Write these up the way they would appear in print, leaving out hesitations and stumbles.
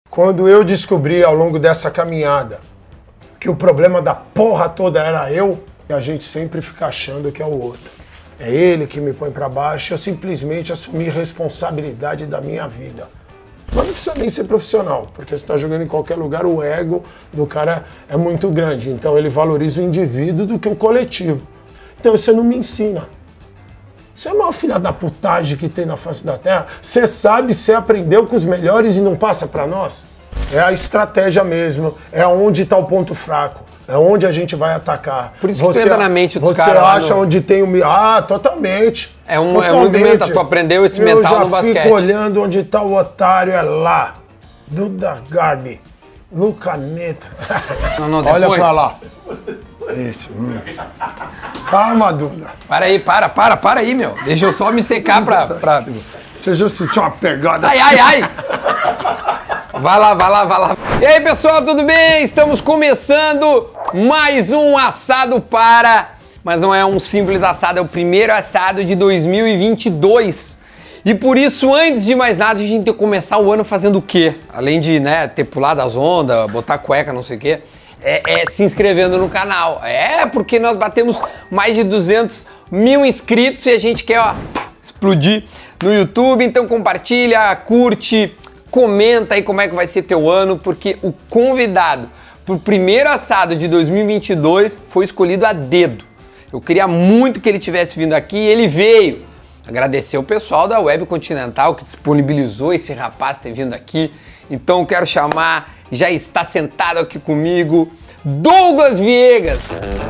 Quando eu descobri ao longo dessa caminhada que o problema da porra toda era eu, a gente sempre fica achando que é o outro. É ele que me põe pra baixo, eu simplesmente assumi responsabilidade da minha vida. Mas não precisa nem ser profissional, porque você tá jogando em qualquer lugar, o ego do cara é muito grande. Então ele valoriza o indivíduo do que o coletivo. Então você não me ensina. Você é a maior filha da putagem que tem na face da terra. Você sabe, você aprendeu com os melhores e não passa pra nós? É a estratégia mesmo, é onde tá o ponto fraco. É onde a gente vai atacar. Por isso que você entra na mente dos caras. Você acha onde tem o... Ah, totalmente. É um movimento, tu aprendeu esse mental no basquete. Eu fico olhando onde tá o otário, é lá. Duda Garbi, Luca Neto. Não, olha pra lá. Isso. Calma, Duda. Para aí, meu. Deixa eu só me secar pra... Você já sentiu uma pegada? Ai. Vai lá. E aí, pessoal, tudo bem? Estamos começando mais um assado para... Mas não é um simples assado, é o primeiro assado de 2022. E por isso, antes de mais nada, a gente tem que começar o ano fazendo o quê? Além de, né, ter pulado as ondas, botar cueca, não sei o quê. É se inscrevendo no canal. Porque nós batemos mais de 200 mil inscritos e a gente quer, ó, explodir no YouTube. Então compartilha, curte, comenta aí como é que vai ser teu ano, porque o convidado pro primeiro assado de 2022 foi escolhido a dedo. Eu queria muito que ele tivesse vindo aqui e ele veio. Agradecer o pessoal da Web Continental que disponibilizou esse rapaz ter vindo aqui. Então eu quero chamar, já está sentado aqui comigo, Douglas Viegas.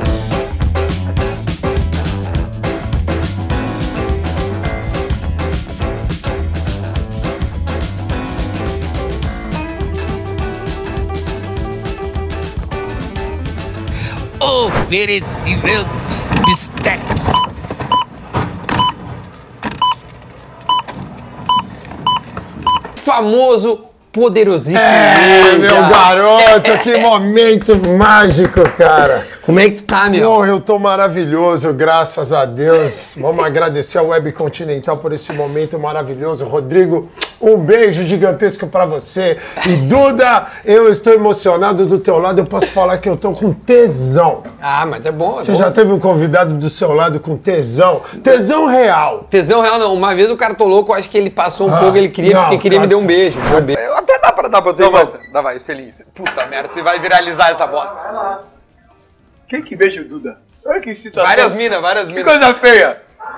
Oferecimento Bistec. Famoso, poderosíssimo. Meu garoto, que momento mágico, cara. Como é que tu tá, meu? Porra, eu tô maravilhoso, graças a Deus. Vamos agradecer a Web Continental por esse momento maravilhoso. Rodrigo, um beijo gigantesco pra você. E Duda, eu estou emocionado do teu lado. Eu posso falar que eu tô com tesão. Ah, mas é bom. Você já teve um convidado do seu lado com tesão? Tesão real. Tesão real não. Uma vez o Cartoloco, acho que ele passou um pouco, ele queria me dar um beijo. Até dá pra dar pra você, mas... Vai, o selinho. Puta merda, você vai viralizar essa bosta. Vai lá. Quem que beija o Duda? Olha que situação. Várias minas. Que coisa feia.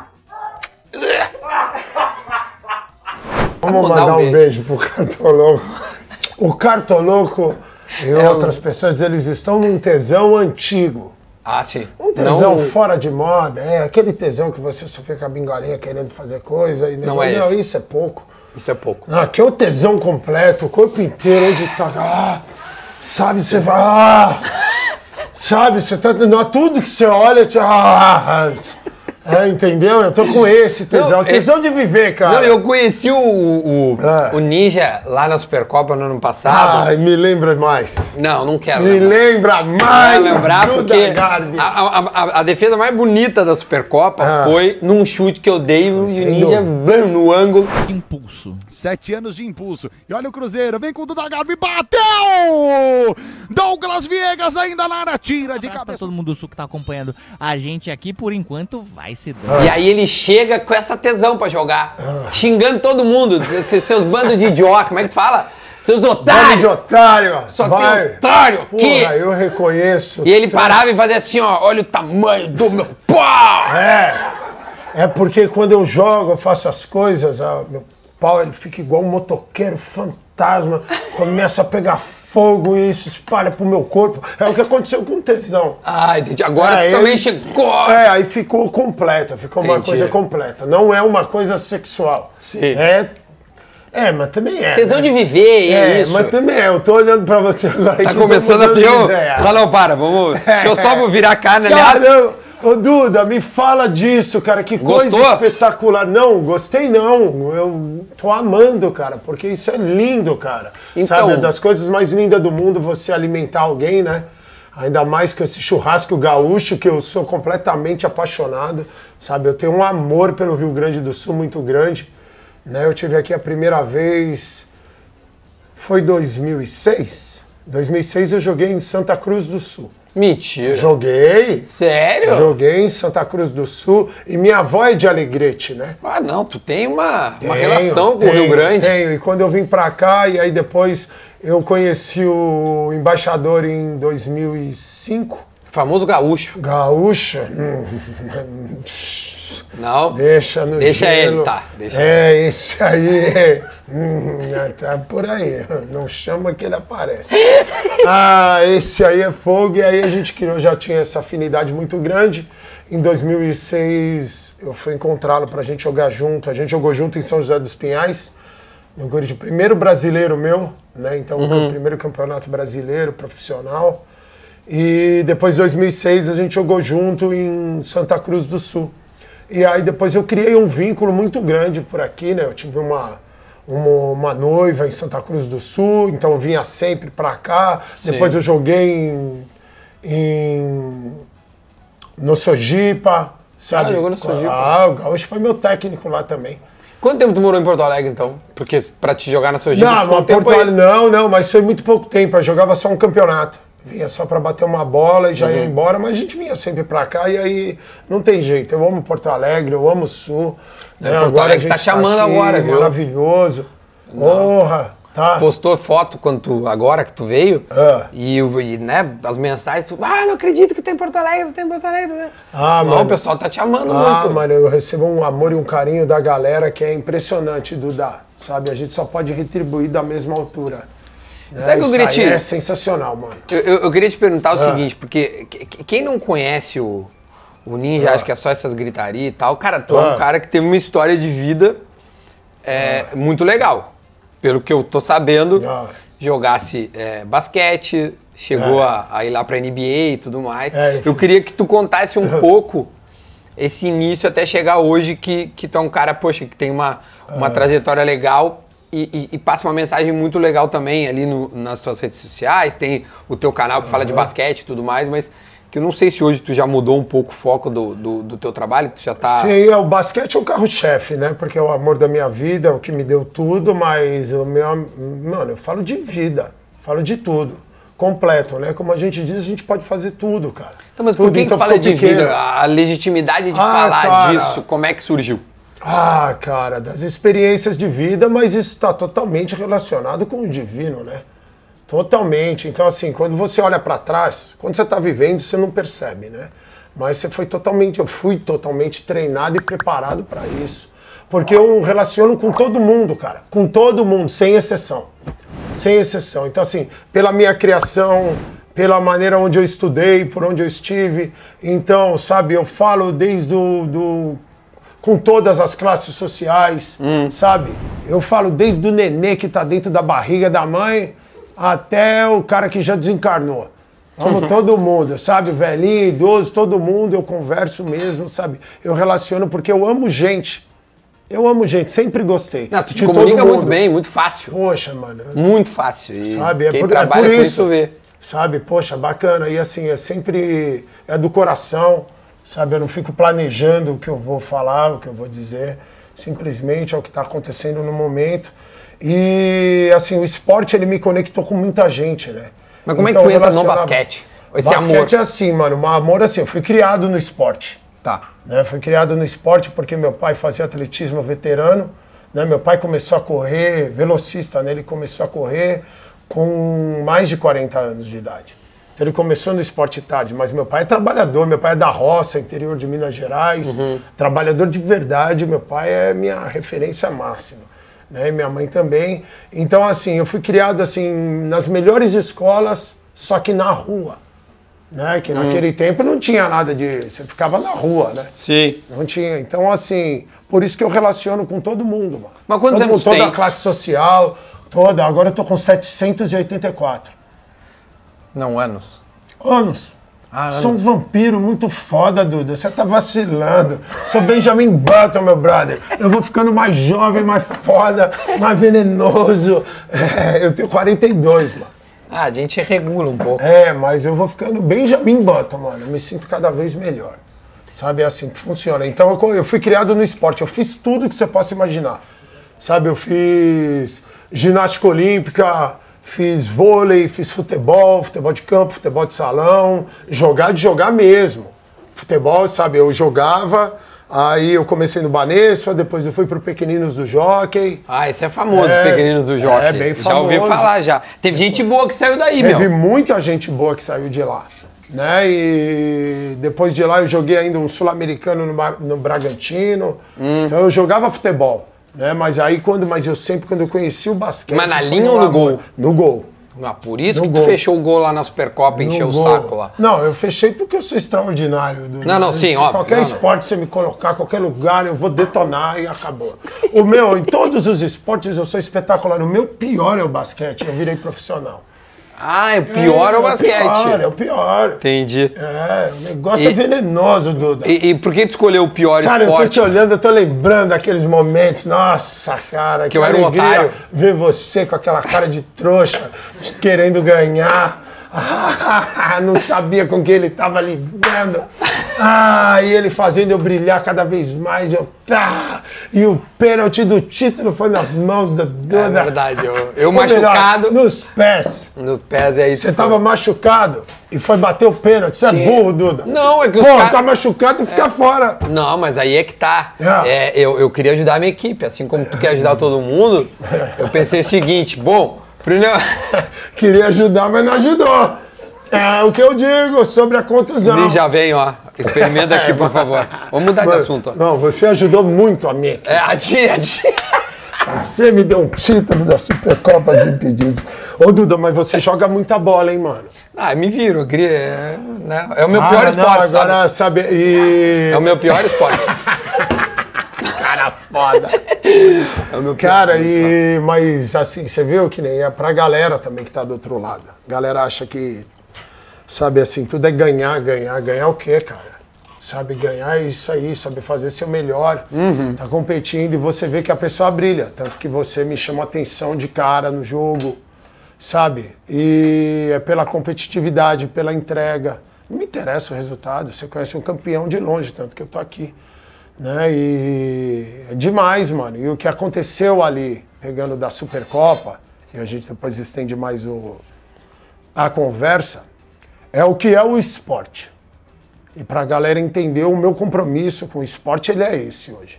Vamos mandar um beijo pro Cartoloco. O Cartoloco e outras pessoas, eles estão num tesão antigo. Ah, sim. Um tesão fora de moda. É aquele tesão que você só fica bingalinha querendo fazer coisa. E não é não, isso é pouco. Isso é pouco. Não, aqui é o tesão completo, o corpo inteiro, onde tá... sabe, você vai... sabe, você tá... Não, tudo que você olha... entendeu? Eu tô com esse tesão. Não, tesão de viver, cara. Não, eu conheci o Ninja lá na Supercopa no ano passado. Ai, me lembra mais. Não quero me lembra mais. Não quero lembrar porque a defesa mais bonita da Supercopa foi num chute que eu dei e o Ninja no ângulo. Impulso. 7 anos de impulso. E olha o Cruzeiro, vem com o Duda Garbi, bateu! Douglas Viegas ainda na área, tira de cabeça. Pra todo mundo do Sul que tá acompanhando a gente aqui, por enquanto, vai se dar. E aí ele chega com essa tesão pra jogar, xingando todo mundo, seus bandos de idiota, como é que tu fala? Seus otários! Bando de otário! Só tem otário aqui! Porra, eu reconheço. E ele parava e fazia assim, ó, olha o tamanho do meu pau! É porque quando eu jogo, eu faço as coisas, meu pau ele fica igual um motoqueiro fantasma, começa a pegar fogo e isso espalha pro meu corpo. É o que aconteceu com o tesão. Ah, entendi. Agora tu também chegou. Aí ficou completa, ficou uma coisa completa. Não é uma coisa sexual. Sim. Mas também é. Tesão de viver, isso. Mas também é. Eu tô olhando pra você agora. Tá começando a ter Não, para, vamos. Deixa eu só virar a cara, aliás. Ô Duda, me fala disso, cara, que coisa espetacular. Não, gostei não, eu tô amando, cara, porque isso é lindo, cara. Então... Sabe, das coisas mais lindas do mundo você alimentar alguém, né? Ainda mais com esse churrasco gaúcho, que eu sou completamente apaixonado, sabe? Eu tenho um amor pelo Rio Grande do Sul muito grande, né? Eu tive aqui a primeira vez Foi 2006? 2006 eu joguei em Santa Cruz do Sul. Mentira. Joguei. Sério? Joguei em Santa Cruz do Sul. E minha avó é de Alegrete, né? Ah, não, tu tem uma relação com o Rio Grande. Tenho. E quando eu vim pra cá, e aí depois eu conheci o embaixador em 2005. Famoso gaúcho. Gaúcho. Não. Deixa no Deixa gelo. ele, tá. Deixa Esse aí. Tá por aí. Não chama que ele aparece. Esse aí é fogo. E aí a gente criou, já tinha essa afinidade muito grande. Em 2006 eu fui encontrá-lo pra gente jogar junto. A gente jogou junto em São José dos Pinhais. No Corinthians, primeiro brasileiro meu, né? Então, o primeiro campeonato brasileiro profissional. E depois, em 2006, a gente jogou junto em Santa Cruz do Sul. E aí depois eu criei um vínculo muito grande por aqui, né? Eu tive uma noiva em Santa Cruz do Sul, então eu vinha sempre pra cá. Sim. Depois eu joguei no Sojipa, sabe? Jogou no Sojipa. O Gaúcho foi meu técnico lá também. Quanto tempo tu morou em Porto Alegre, então? Porque pra te jogar na Sojipa, Não, ficou um mas tempo Porto aí. Alegre, não, mas foi muito pouco tempo. Eu jogava só um campeonato. Vinha só pra bater uma bola e já ia embora, mas a gente vinha sempre pra cá e aí não tem jeito. Eu amo Porto Alegre, eu amo o Sul. Né? Porto Agora Alegre a tá gente chamando aqui, agora, viu? Maravilhoso. Honra, tá? Postou foto agora que tu veio, e né, as mensagens, não acredito que tem Porto Alegre, tem Porto Alegre. Não, mano. o pessoal tá te amando muito. Mano, eu recebo um amor e um carinho da galera que é impressionante, Duda. Sabe, a gente só pode retribuir da mesma altura. Sabe o que eu queria te... É sensacional, mano. Eu queria te perguntar o seguinte, porque quem não conhece o Ninja, acha que é só essas gritarias e tal. Cara, tu é um cara que tem uma história de vida muito legal. Pelo que eu tô sabendo, jogasse basquete, chegou a ir lá pra NBA e tudo mais. Eu queria que tu contasse um pouco esse início até chegar hoje, que tu é um cara, poxa, que tem uma trajetória legal. E passa uma mensagem muito legal também ali nas tuas redes sociais, tem o teu canal que fala de basquete e tudo mais, mas que eu não sei se hoje tu já mudou um pouco o foco do teu trabalho, tu já tá... Sim, o basquete é o carro-chefe, né? Porque é o amor da minha vida, é o que me deu tudo, mas mano, eu falo de vida, falo de tudo. Completo, né? Como a gente diz, a gente pode fazer tudo, cara. Então, mas por que então fala de pequeno. vida? A legitimidade de falar cara. disso, como é que surgiu? Cara, das experiências de vida, mas isso está totalmente relacionado com o divino, né? Totalmente. Então, assim, quando você olha para trás, quando você está vivendo, você não percebe, né? Mas eu fui totalmente treinado e preparado para isso. Porque eu relaciono com todo mundo, cara. Com todo mundo, sem exceção. Sem exceção. Então, assim, pela minha criação, pela maneira onde eu estudei, por onde eu estive. Então, sabe, eu falo desde com todas as classes sociais, sabe? Eu falo desde o nenê que tá dentro da barriga da mãe até o cara que já desencarnou. Amo todo mundo, sabe? Velhinho, idoso, todo mundo, eu converso mesmo, sabe? Eu relaciono porque eu amo gente. Eu amo gente, sempre gostei. Não, tu te comunica muito bem, muito fácil. Poxa, mano. Muito fácil. E sabe? quem trabalha com isso vê. Sabe? Poxa, bacana. E assim, é sempre... É do coração. Sabe, eu não fico planejando o que eu vou falar, o que eu vou dizer. Simplesmente é o que está acontecendo no momento. E, assim, o esporte, ele me conectou com muita gente, né? Mas como é que tu entra no basquete? Esse amor? Basquete é assim, mano. Um amor assim, eu fui criado no esporte. Tá. Né? Fui criado no esporte porque meu pai fazia atletismo veterano. Né? Meu pai começou a correr, velocista, né? Ele começou a correr com mais de 40 anos de idade. Ele começou no esporte tarde, mas meu pai é trabalhador, meu pai é da roça, interior de Minas Gerais, trabalhador de verdade, meu pai é minha referência máxima, né? E minha mãe também. Então, assim, eu fui criado assim nas melhores escolas, só que na rua, né? Que naquele tempo não tinha nada de... Você ficava na rua, né? Sim. Não tinha. Então, assim, por isso que eu relaciono com todo mundo, mano. Mas quantos anos toda tem? a classe social, toda. Agora eu tô com 784. Não, anos. Anos. Anos. Sou um vampiro muito foda, Duda. Você tá vacilando. Sou Benjamin Button, meu brother. Eu vou ficando mais jovem, mais foda, mais venenoso. Eu tenho 42, mano. A gente regula um pouco. Mas eu vou ficando Benjamin Button, mano. Eu me sinto cada vez melhor. Sabe, é assim que funciona. Então eu fui criado no esporte. Eu fiz tudo que você possa imaginar. Sabe, eu fiz ginástica olímpica, fiz vôlei, fiz futebol, futebol de campo, futebol de salão, jogar de jogar mesmo. Futebol, sabe, eu jogava, aí eu comecei no Banespa, depois eu fui pro Pequeninos do Jockey. Ah, esse é famoso, Pequeninos do Jockey. É, bem famoso. Já ouvi falar, já. Teve gente boa que saiu daí, Teve muita gente boa que saiu de lá. Né? E depois de lá eu joguei ainda um sul-americano no Bragantino. Então eu jogava futebol. Né? Mas aí quando eu conheci o basquete... Mas na linha ou no gol? No gol. Ah, por isso No que gol. tu fechou o gol lá na Supercopa e encheu o saco lá. Não, eu fechei porque eu sou extraordinário. Não, sim, óbvio. Qualquer esporte você me colocar, qualquer lugar, eu vou detonar e acabou. Em todos os esportes eu sou espetacular. O meu pior é o basquete, eu virei profissional. Ah, o pior é o basquete. É o pior. Entendi. O negócio é venenoso, Duda. E por que tu escolheu o pior Cara, esporte? eu tô te olhando, eu tô lembrando daqueles momentos. Nossa, cara, que eu era um otário. Ver você com aquela cara de trouxa, querendo ganhar. Não sabia com que ele tava lidando. E ele fazendo eu brilhar cada vez mais. E o pênalti do título foi nas mãos da Duda. É verdade, eu machucado. Melhor, nos pés. Nos pés, é isso. Você tava machucado e foi bater o pênalti. Você é burro, Duda. Não, é que tá machucado e fica fora. Não, mas aí é que tá. Eu queria ajudar a minha equipe. Assim como tu quer ajudar todo mundo, eu pensei o seguinte, queria ajudar, mas não ajudou. É o que eu digo sobre a contusão. E já vem, ó. Experimenta aqui, por favor. Vamos mudar de assunto. Ó. Não, você ajudou muito a mim. A tia. Você me deu um título da Supercopa de Impedidos. Ô, Duda, mas você joga muita bola, hein, mano? Me viro. Eu queria, né? É o meu pior esporte, agora, sabe? É o meu pior esporte. Cara foda. É o meu pior. Cara, mas assim, você viu que nem é pra galera também que tá do outro lado. A galera acha que, sabe assim, tudo é ganhar. Ganhar o quê, cara? Sabe, ganhar é isso aí, sabe fazer seu melhor. Tá competindo e você vê que a pessoa brilha. Tanto que você me chama atenção de cara no jogo, sabe? E é pela competitividade, pela entrega. Não me interessa o resultado. Você conhece um campeão de longe, tanto que eu tô aqui. Né? E é demais, mano. E o que aconteceu ali, pegando da Supercopa, e a gente depois estende mais a conversa, é o que é o esporte. E pra galera entender, o meu compromisso com o esporte, ele é esse hoje.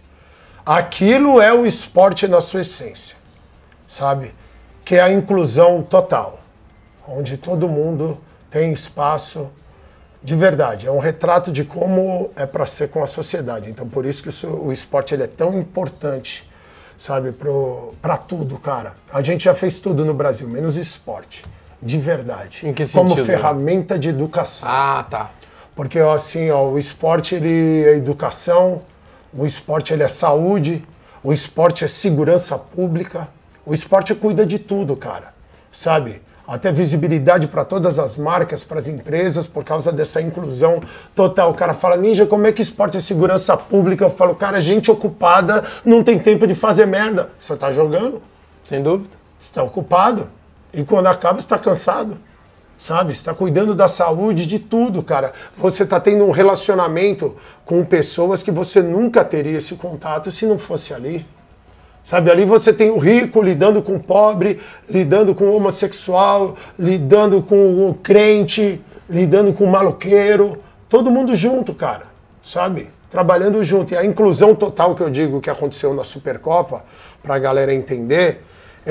Aquilo é o esporte na sua essência, sabe? Que é a inclusão total, onde todo mundo tem espaço de verdade. É um retrato de como é para ser com a sociedade. Então, por isso que o esporte ele é tão importante, sabe? Pra tudo, cara. A gente já fez tudo no Brasil, menos esporte. De verdade. Em que sentido? Como ferramenta de educação. Tá. Porque assim, o esporte ele é educação, o esporte ele é saúde, o esporte é segurança pública, o esporte cuida de tudo, cara, sabe? Até visibilidade para todas as marcas, para as empresas, por causa dessa inclusão total. O cara fala, Ninja, como é que esporte é segurança pública? Eu falo, cara, gente ocupada não tem tempo de fazer merda. Você tá jogando? Sem dúvida. Você tá ocupado. E quando acaba, você tá cansado. Sabe? Você está cuidando da saúde, de tudo, cara. Você está tendo um relacionamento com pessoas que você nunca teria esse contato se não fosse ali. Sabe? Ali você tem o rico lidando com o pobre, lidando com o homossexual, lidando com o crente, lidando com o maloqueiro. Todo mundo junto, cara. Sabe? Trabalhando junto. E a inclusão total que eu digo que aconteceu na Supercopa, para a galera entender,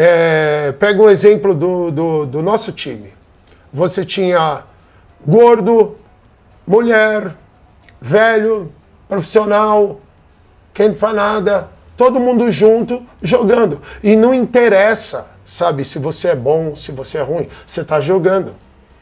pega o exemplo do nosso time. Você tinha gordo, mulher, velho, profissional, quem não faz nada, todo mundo junto, jogando. E não interessa, sabe, se você é bom, se você é ruim, você está jogando.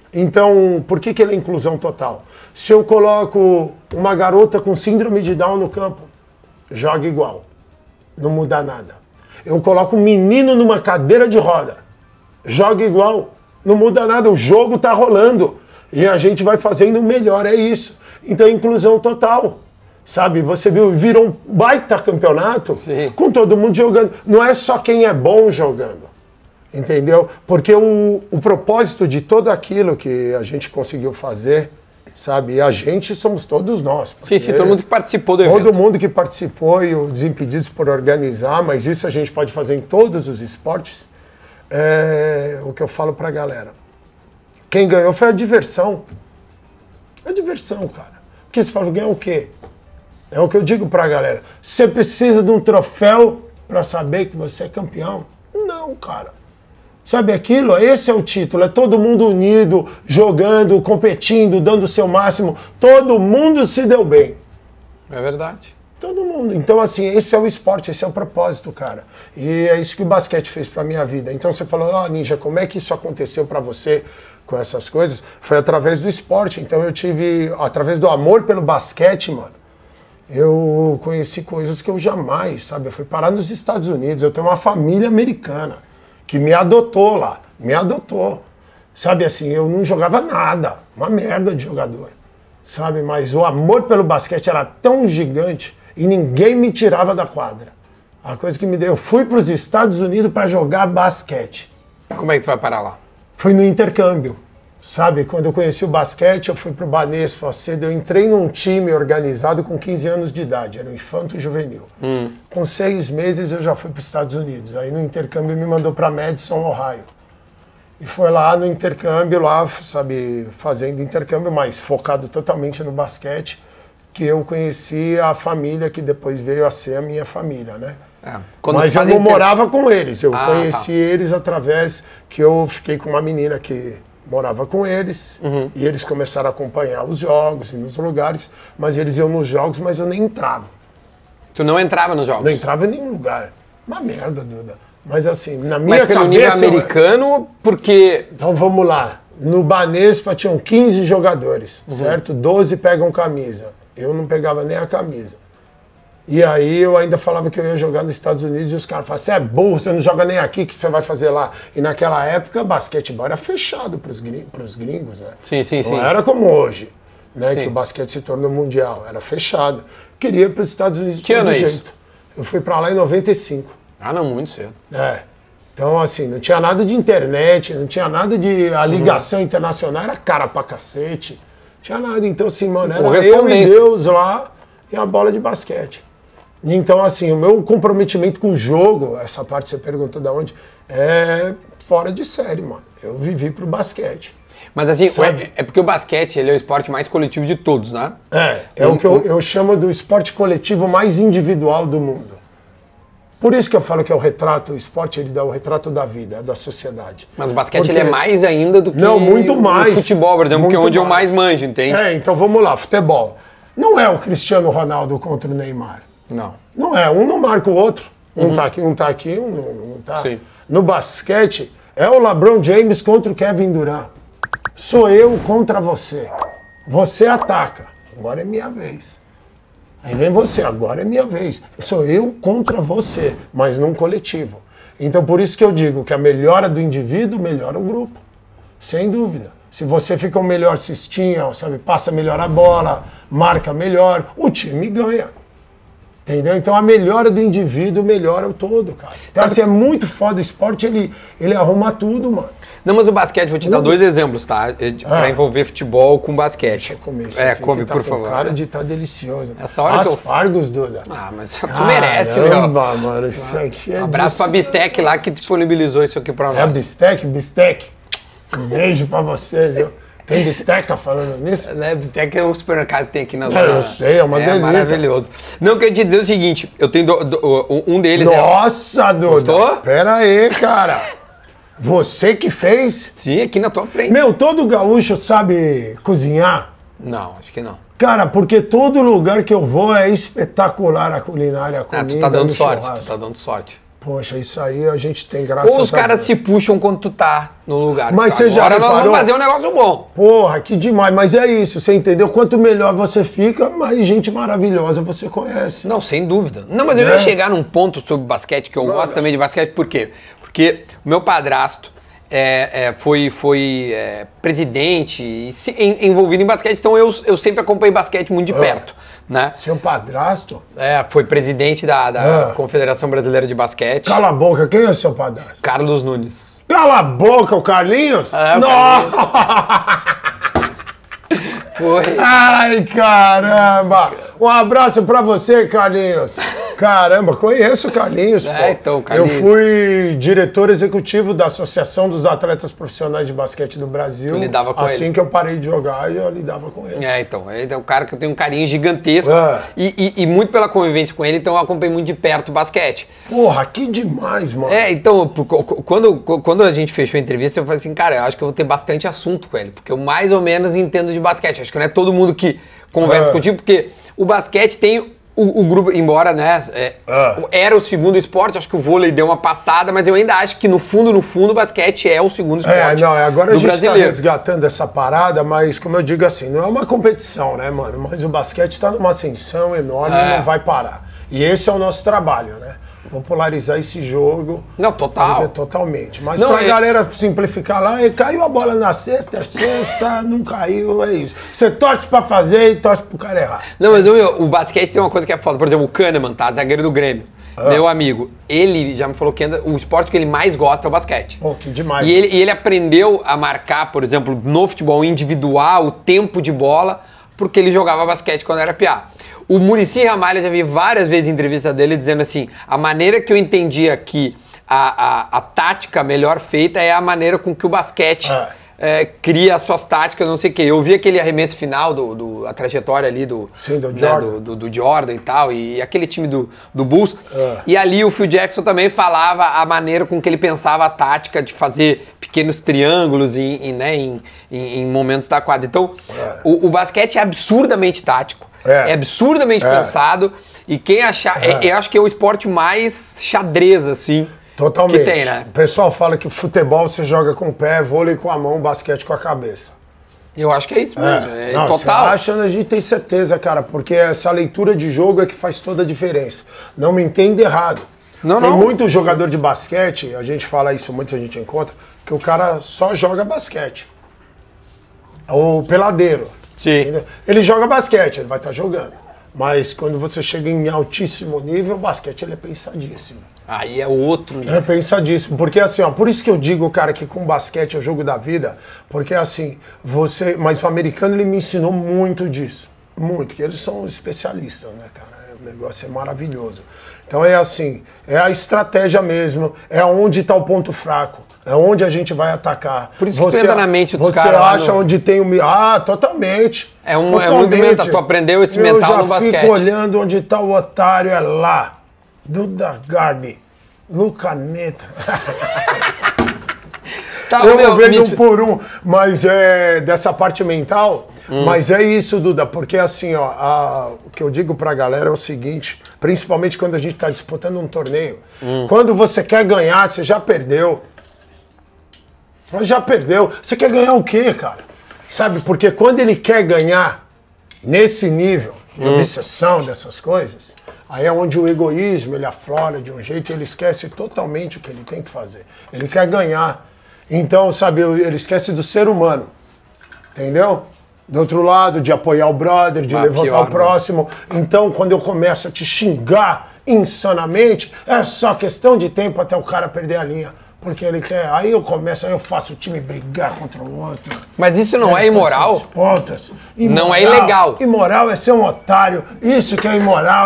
Então, por que ele é inclusão total? Se eu coloco uma garota com síndrome de Down no campo, joga igual, não muda nada. Eu coloco um menino numa cadeira de roda, joga igual. Não muda nada, o jogo tá rolando e a gente vai fazendo o melhor, é isso. Então, inclusão total, sabe? Você virou um baita campeonato. Sim. Com todo mundo jogando. Não é só quem é bom jogando, entendeu? Porque o propósito de tudo aquilo que a gente conseguiu fazer, sabe? E a gente somos todos nós. Sim, todo mundo que participou do evento. Todo mundo que participou e o Desimpedidos por organizar, mas isso a gente pode fazer em todos os esportes. é o que eu falo pra galera. Quem ganhou foi a diversão. É diversão, cara. Porque você fala, ganhar o quê? É o que eu digo pra galera. Você precisa de um troféu pra saber que você é campeão? Não, cara. Sabe aquilo? Esse é o título. É todo mundo unido, jogando, competindo, dando o seu máximo. Todo mundo se deu bem. É verdade. Todo mundo. Então, assim, esse é o esporte, esse é o propósito, cara. E é isso que o basquete fez pra minha vida. Então você falou, Ninja, como é que isso aconteceu pra você com essas coisas? Foi através do esporte. Então eu tive, através do amor pelo basquete, mano, eu conheci coisas que eu jamais, sabe? Eu fui parar nos Estados Unidos. Eu tenho uma família americana que me adotou lá. Me adotou. Sabe, assim, eu não jogava nada. Uma merda de jogador. Sabe, mas o amor pelo basquete era tão gigante e ninguém me tirava da quadra. A coisa que me deu, eu fui para os Estados Unidos para jogar basquete. Como é que tu vai parar lá? Fui no intercâmbio, sabe? Quando eu conheci o basquete, eu fui para o Banespa cedo. Eu entrei num time organizado com 15 anos de idade, era um infanto juvenil. Com 6 meses eu já fui para os Estados Unidos. Aí no intercâmbio me mandou para Madison, Ohio. E foi lá no intercâmbio, lá, sabe, fazendo intercâmbio, mas focado totalmente no basquete, que eu conheci a família que depois veio a ser a minha família, né? Mas eu não morava com eles, eu conheci eles através que eu fiquei com uma menina que morava com eles, e eles começaram a acompanhar os jogos e nos lugares, mas eles iam nos jogos, mas eu nem entrava. Tu não entrava nos jogos? Não entrava em nenhum lugar. Uma merda, Duda. Mas assim, na minha cabeça... Mas pelo nível americano, porque... Então vamos lá. No Banespa tinham 15 jogadores, certo? 12 pegam camisa. Eu não pegava nem a camisa. E aí eu ainda falava que eu ia jogar nos Estados Unidos e os caras falavam, você é burro, você não joga nem aqui, o que você vai fazer lá? E naquela época, basquetebol era fechado para os gringos, né? Sim, sim, sim. Não era como hoje, né? Sim. Que o basquete se tornou mundial. Era fechado. Queria ir para os Estados Unidos de todo jeito. Eu fui para lá em 95. Ah, não, muito cedo. Então, assim, não tinha nada de internet, não tinha nada de... A ligação internacional era cara pra cacete. Não tinha nada. Então, assim, mano, era eu e Deus lá e a bola de basquete. Então, assim, o meu comprometimento com o jogo, essa parte que você perguntou de onde, é fora de série, mano. Eu vivi pro basquete. Mas assim, é porque o basquete ele é o esporte mais coletivo de todos, né? É o que eu chamo do esporte coletivo mais individual do mundo. Por isso que eu falo que é o retrato, o esporte ele dá o retrato da vida, da sociedade. Mas o basquete ele é mais ainda do que muito mais. O futebol, por exemplo, que é onde eu mais manjo, entende? Então vamos lá, futebol. Não é o Cristiano Ronaldo contra o Neymar. Não. Não é, um não marca o outro. Um tá aqui, um não tá. Sim. No basquete, é o LeBron James contra o Kevin Durant. Sou eu contra você. Você ataca. Agora é minha vez. Aí vem você, agora é minha vez. Sou eu contra você, mas num coletivo. Então por isso que eu digo que a melhora do indivíduo melhora o grupo. Sem dúvida. Se você fica o melhor cestinha, sabe, passa melhor a bola, marca melhor, o time ganha. Entendeu? Então a melhora do indivíduo melhora o todo, cara. Então assim, é muito foda. O esporte, ele arruma tudo, mano. Não, mas o basquete, vou te dar 2 exemplos, tá? Pra envolver futebol com basquete. Deixa eu comer isso aqui, come, tá por com favor. Cara de tá delicioso. Essa hora Aspargos, Duda. Ah, mas tu merece, meu. Mano, isso aqui é... Um abraço pra Bistec lá que disponibilizou isso aqui pra nós. É Bistec. Um beijo pra vocês, viu? Tem bisteca falando nisso? Né, bisteca é um supermercado que tem aqui na zona. Eu sei, é uma delícia. É maravilhoso. Não, eu queria te dizer o seguinte, eu tenho um deles... Nossa, Duda! Gostou? Pera aí, cara. Você que fez? Sim, aqui na tua frente. Meu, todo gaúcho sabe cozinhar? Não, acho que não. Cara, porque todo lugar que eu vou é espetacular a culinária, a comida. Tu tá dando sorte, churrasco. tu tá dando sorte. Poxa, isso aí a gente tem graças a Ou os caras se puxam quando tu tá no lugar. Mas você já reparou? Nós vamos fazer um negócio bom. Porra, que demais. Mas é isso, você entendeu? Quanto melhor você fica, mais gente maravilhosa você conhece. Não, sem dúvida. Não, mas eu ia chegar num ponto sobre basquete, que eu gosto também de basquete, por quê? Porque o meu padrasto foi presidente e envolvido em basquete, então eu sempre acompanhei basquete muito de perto. Né? Seu padrasto? Foi presidente da Confederação Brasileira de Basquete. Cala a boca, quem é seu padrasto? Carlos Nunes. Cala a boca, o Carlinhos? O Nossa! Carlinhos. Foi. Ai, caramba! Um abraço pra você, Carlinhos. Caramba, conheço o Carlinhos, pô. Então, Carlinhos. Eu fui diretor executivo da Associação dos Atletas Profissionais de Basquete do Brasil. Tu lidava com assim ele. que eu parei de jogar, eu lidava com ele. Então, ele é um cara que eu tenho um carinho gigantesco. É. E muito pela convivência com ele, então eu acompanhei muito de perto o basquete. Porra, que demais, mano. Então, quando a gente fechou a entrevista, eu falei assim, cara, eu acho que eu vou ter bastante assunto com ele, porque eu mais ou menos entendo de basquete. Acho que não é todo mundo que conversa contigo, porque o basquete tem o grupo, embora, né, era o segundo esporte, acho que o vôlei deu uma passada, mas eu ainda acho que no fundo, o basquete é o segundo esporte agora do a gente brasileiro. tá resgatando essa parada, mas como eu digo assim, não é uma competição, né, mano? Mas o basquete tá numa ascensão enorme e não vai parar. E esse é o nosso trabalho, né? Popularizar esse jogo. Não, total. Totalmente. Mas pra galera simplificar lá, caiu a bola na sexta, não caiu, é isso. Você torce pra fazer e torce pro cara errar. Não, mas o basquete tem uma coisa que é foda. Por exemplo, o Kahneman, tá? Zagueiro do Grêmio. Meu amigo, ele já me falou que o esporte que ele mais gosta é o basquete. Pô, que demais. E ele aprendeu a marcar, por exemplo, no futebol individual, o tempo de bola, porque ele jogava basquete quando era piá. O Muricy Ramalho, já vi várias vezes em entrevista dele dizendo assim, a maneira que eu entendia que a tática melhor feita é a maneira com que o basquete cria as suas táticas, não sei o quê. Eu vi aquele arremesso final, a trajetória ali do Jordan. Do Jordan e tal, e aquele time do Bulls. E ali o Phil Jackson também falava a maneira com que ele pensava a tática de fazer pequenos triângulos em momentos da quadra. Então, o basquete é absurdamente tático. É absurdamente pensado, e quem achar, eu acho que é o esporte mais xadrez, assim, totalmente. Que tem, né? O pessoal fala que futebol você joga com o pé, vôlei com a mão, basquete com a cabeça. Eu acho que é isso mesmo, Não, total. Você acha, a gente tem certeza, cara, porque essa leitura de jogo é que faz toda a diferença. Não me entenda errado. Tem muito jogador de basquete, a gente fala isso, muita gente encontra, que o cara só joga basquete. O peladeiro. Sim. Entendeu? Ele joga basquete, ele vai estar jogando. Mas quando você chega em altíssimo nível, o basquete ele é pensadíssimo. Aí é outro, né? É pensadíssimo. Porque assim, ó, por isso que eu digo, cara, que com basquete é o jogo da vida. Porque assim, mas o americano ele me ensinou muito disso. Muito, que eles são especialistas, né, cara? O negócio é maravilhoso. Então é assim, é a estratégia mesmo, é onde está o ponto fraco. É onde a gente vai atacar. Por isso que você entra na mente dos caras. Você acha onde tem o... totalmente. É muito mental. Tu aprendeu esse mental no basquete. Eu fico olhando onde está o otário, é lá. Duda Garbi. Lucaneta. Eu vou vendo um por um. Mas é dessa parte mental... Mas é isso, Duda, porque assim, ó, o que eu digo pra galera é o seguinte, principalmente quando a gente tá disputando um torneio, quando você quer ganhar, você já perdeu. Já perdeu. Você quer ganhar o quê, cara? Sabe, porque quando ele quer ganhar nesse nível de obsessão dessas coisas, aí é onde o egoísmo, ele aflora de um jeito, ele esquece totalmente o que ele tem que fazer. Ele quer ganhar. Então, sabe, ele esquece do ser humano. Entendeu? Do outro lado, de apoiar o brother, de levantar o próximo. Então, quando eu começo a te xingar insanamente, é só questão de tempo até o cara perder a linha. Porque ele quer. Aí eu faço o time brigar contra o outro. Mas isso não é imoral? Pontas. Não é ilegal. Imoral é ser um otário. Isso que é imoral.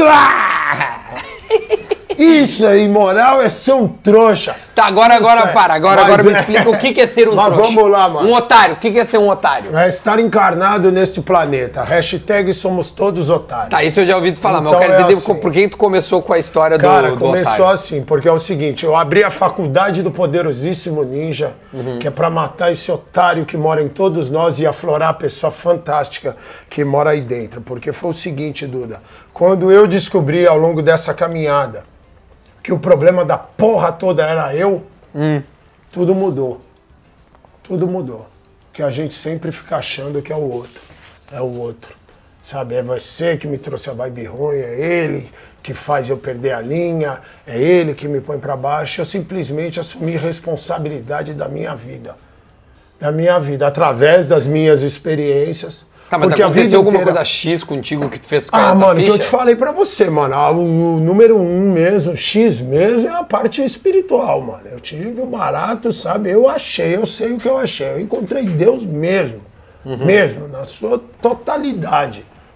Isso é imoral, é ser um trouxa. Tá, agora para. Agora me explica o que é ser um trouxa. Vamos lá, mano. Um otário. O que é ser um otário? É estar encarnado neste planeta. Hashtag somos todos otários. Tá, isso eu já ouvi tu falar, então, mas eu quero entender assim, por que tu começou com a história do otário. Cara, começou assim, porque é o seguinte, eu abri a faculdade do poderosíssimo ninja, que é pra matar esse otário que mora em todos nós e aflorar a pessoa fantástica que mora aí dentro. Porque foi o seguinte, Duda, quando eu descobri ao longo dessa caminhada que o problema da porra toda era eu, tudo mudou. Tudo mudou. Que a gente sempre fica achando que é o outro. É o outro. Sabe, é você que me trouxe a vibe ruim, é ele que faz eu perder a linha, é ele que me põe pra baixo. Eu simplesmente assumi responsabilidade da minha vida. Da minha vida, através das minhas experiências. Tá, mas porque aconteceu alguma coisa X contigo que tu fez com essa mano, ficha? que eu te falei pra você, mano. O número 1 mesmo, X mesmo, é a parte espiritual, mano. Eu tive o barato, sabe? Eu sei o que eu achei. Eu encontrei Deus mesmo. Mesmo, na sua totalidade.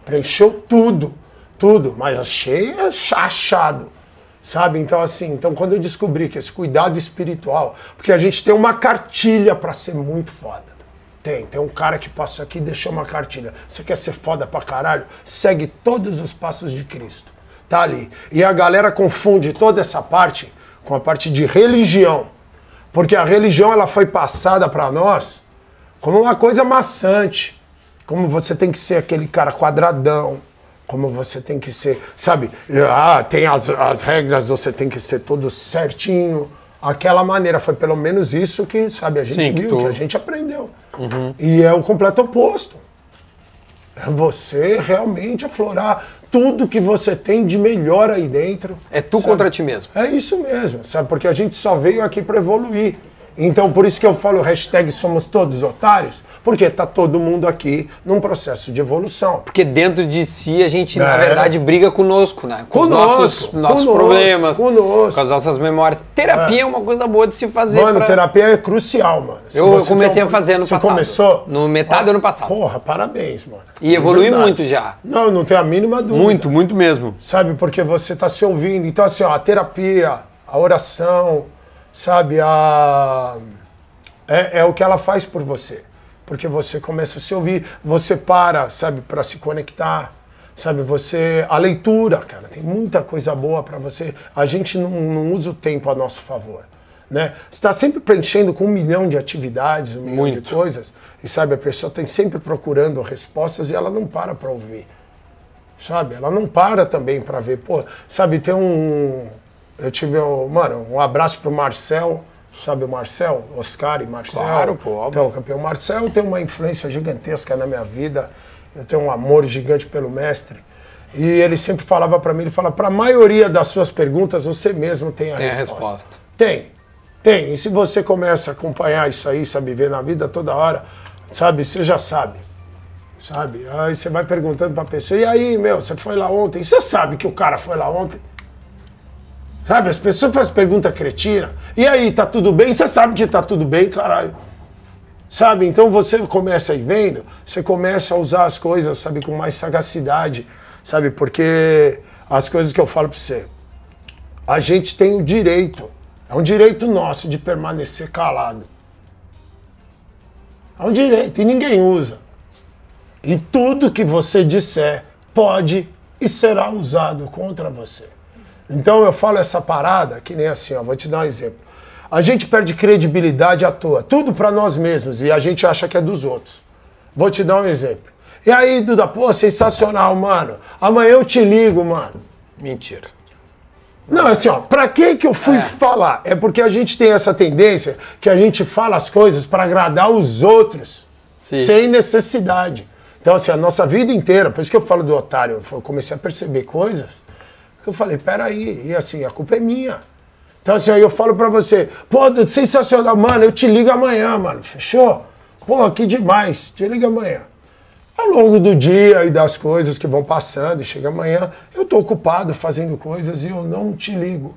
Preencheu tudo, tudo, mas achei achado. Sabe? Então, assim, quando eu descobri que esse cuidado espiritual, porque a gente tem uma cartilha pra ser muito foda. Tem um cara que passou aqui e deixou uma cartilha. Você quer ser foda pra caralho? Segue todos os passos de Cristo. Tá ali. E a galera confunde toda essa parte com a parte de religião. Porque a religião, ela foi passada pra nós como uma coisa maçante. Como você tem que ser aquele cara quadradão. Como você tem que ser, sabe? Tem as regras, você tem que ser todo certinho. Aquela maneira, foi pelo menos isso que, sabe, a gente viu, que a gente aprendeu. E é o completo oposto. É você realmente aflorar tudo que você tem de melhor aí dentro. É tu contra ti mesmo. É isso mesmo, sabe? Porque a gente só veio aqui para evoluir. Então, por isso que eu falo hashtag somos todos otários, porque tá todo mundo aqui num processo de evolução. Porque dentro de si a gente, na verdade, briga conosco, né? Com Conosco, os nossos problemas, conosco. com as nossas memórias. Terapia é uma coisa boa de se fazer. Mano, terapia é crucial, mano. Eu comecei a fazer no passado. Você começou? No metade do ano passado. Porra, parabéns, mano. E evolui muito já. Não, eu não tenho a mínima dúvida. Muito, muito mesmo. Sabe, porque você tá se ouvindo. Então, assim, ó, a terapia, a oração, sabe, é o que ela faz por você. Porque você começa a se ouvir, você para, sabe, para se conectar, sabe, a leitura, cara, tem muita coisa boa para você. A gente não usa o tempo a nosso favor, né? Você está sempre preenchendo com 1 milhão de atividades, 1 milhão de coisas, e sabe, a pessoa tem sempre procurando respostas e ela não para ouvir, sabe? Ela não para também para ver, pô, sabe, eu tive, mano, um abraço pro Marcel. Sabe o Marcel? Oscar e Marcel. Claro, pô. Então, o campeão Marcel tem uma influência gigantesca na minha vida. Eu tenho um amor gigante pelo mestre. E ele sempre falava pra mim, ele fala, pra maioria das suas perguntas, você mesmo tem a resposta. Tem. E se você começa a acompanhar isso aí, sabe, ver na vida toda hora, sabe, você já sabe. Sabe? Aí você vai perguntando pra pessoa, e aí, você foi lá ontem? Você sabe que o cara foi lá ontem? Sabe, as pessoas fazem pergunta cretina. E aí, tá tudo bem? Você sabe que tá tudo bem, caralho. Sabe, então você começa aí vendo, você começa a usar as coisas, sabe, com mais sagacidade, sabe, porque as coisas que eu falo pra você, a gente tem o direito, é um direito nosso de permanecer calado. É um direito, e ninguém usa. E tudo que você disser pode e será usado contra você. Então eu falo essa parada, que nem assim, ó, vou te dar um exemplo. A gente perde credibilidade à toa, tudo pra nós mesmos, e a gente acha que é dos outros. Vou te dar um exemplo. E aí, Duda, pô, sensacional, mano. Amanhã eu te ligo, mano. Mentira. Não, assim, ó, pra que eu fui falar? É porque a gente tem essa tendência que a gente fala as coisas pra agradar os outros, sem necessidade. Então, assim, a nossa vida inteira, por isso que eu falo do otário, eu comecei a perceber coisas. Eu falei, peraí, e assim, a culpa é minha. Então assim, aí eu falo pra você, pô, sensacional, mano, eu te ligo amanhã, mano, fechou? Pô, que demais, te ligo amanhã. Ao longo do dia e das coisas que vão passando, e chega amanhã, eu tô ocupado fazendo coisas e eu não te ligo.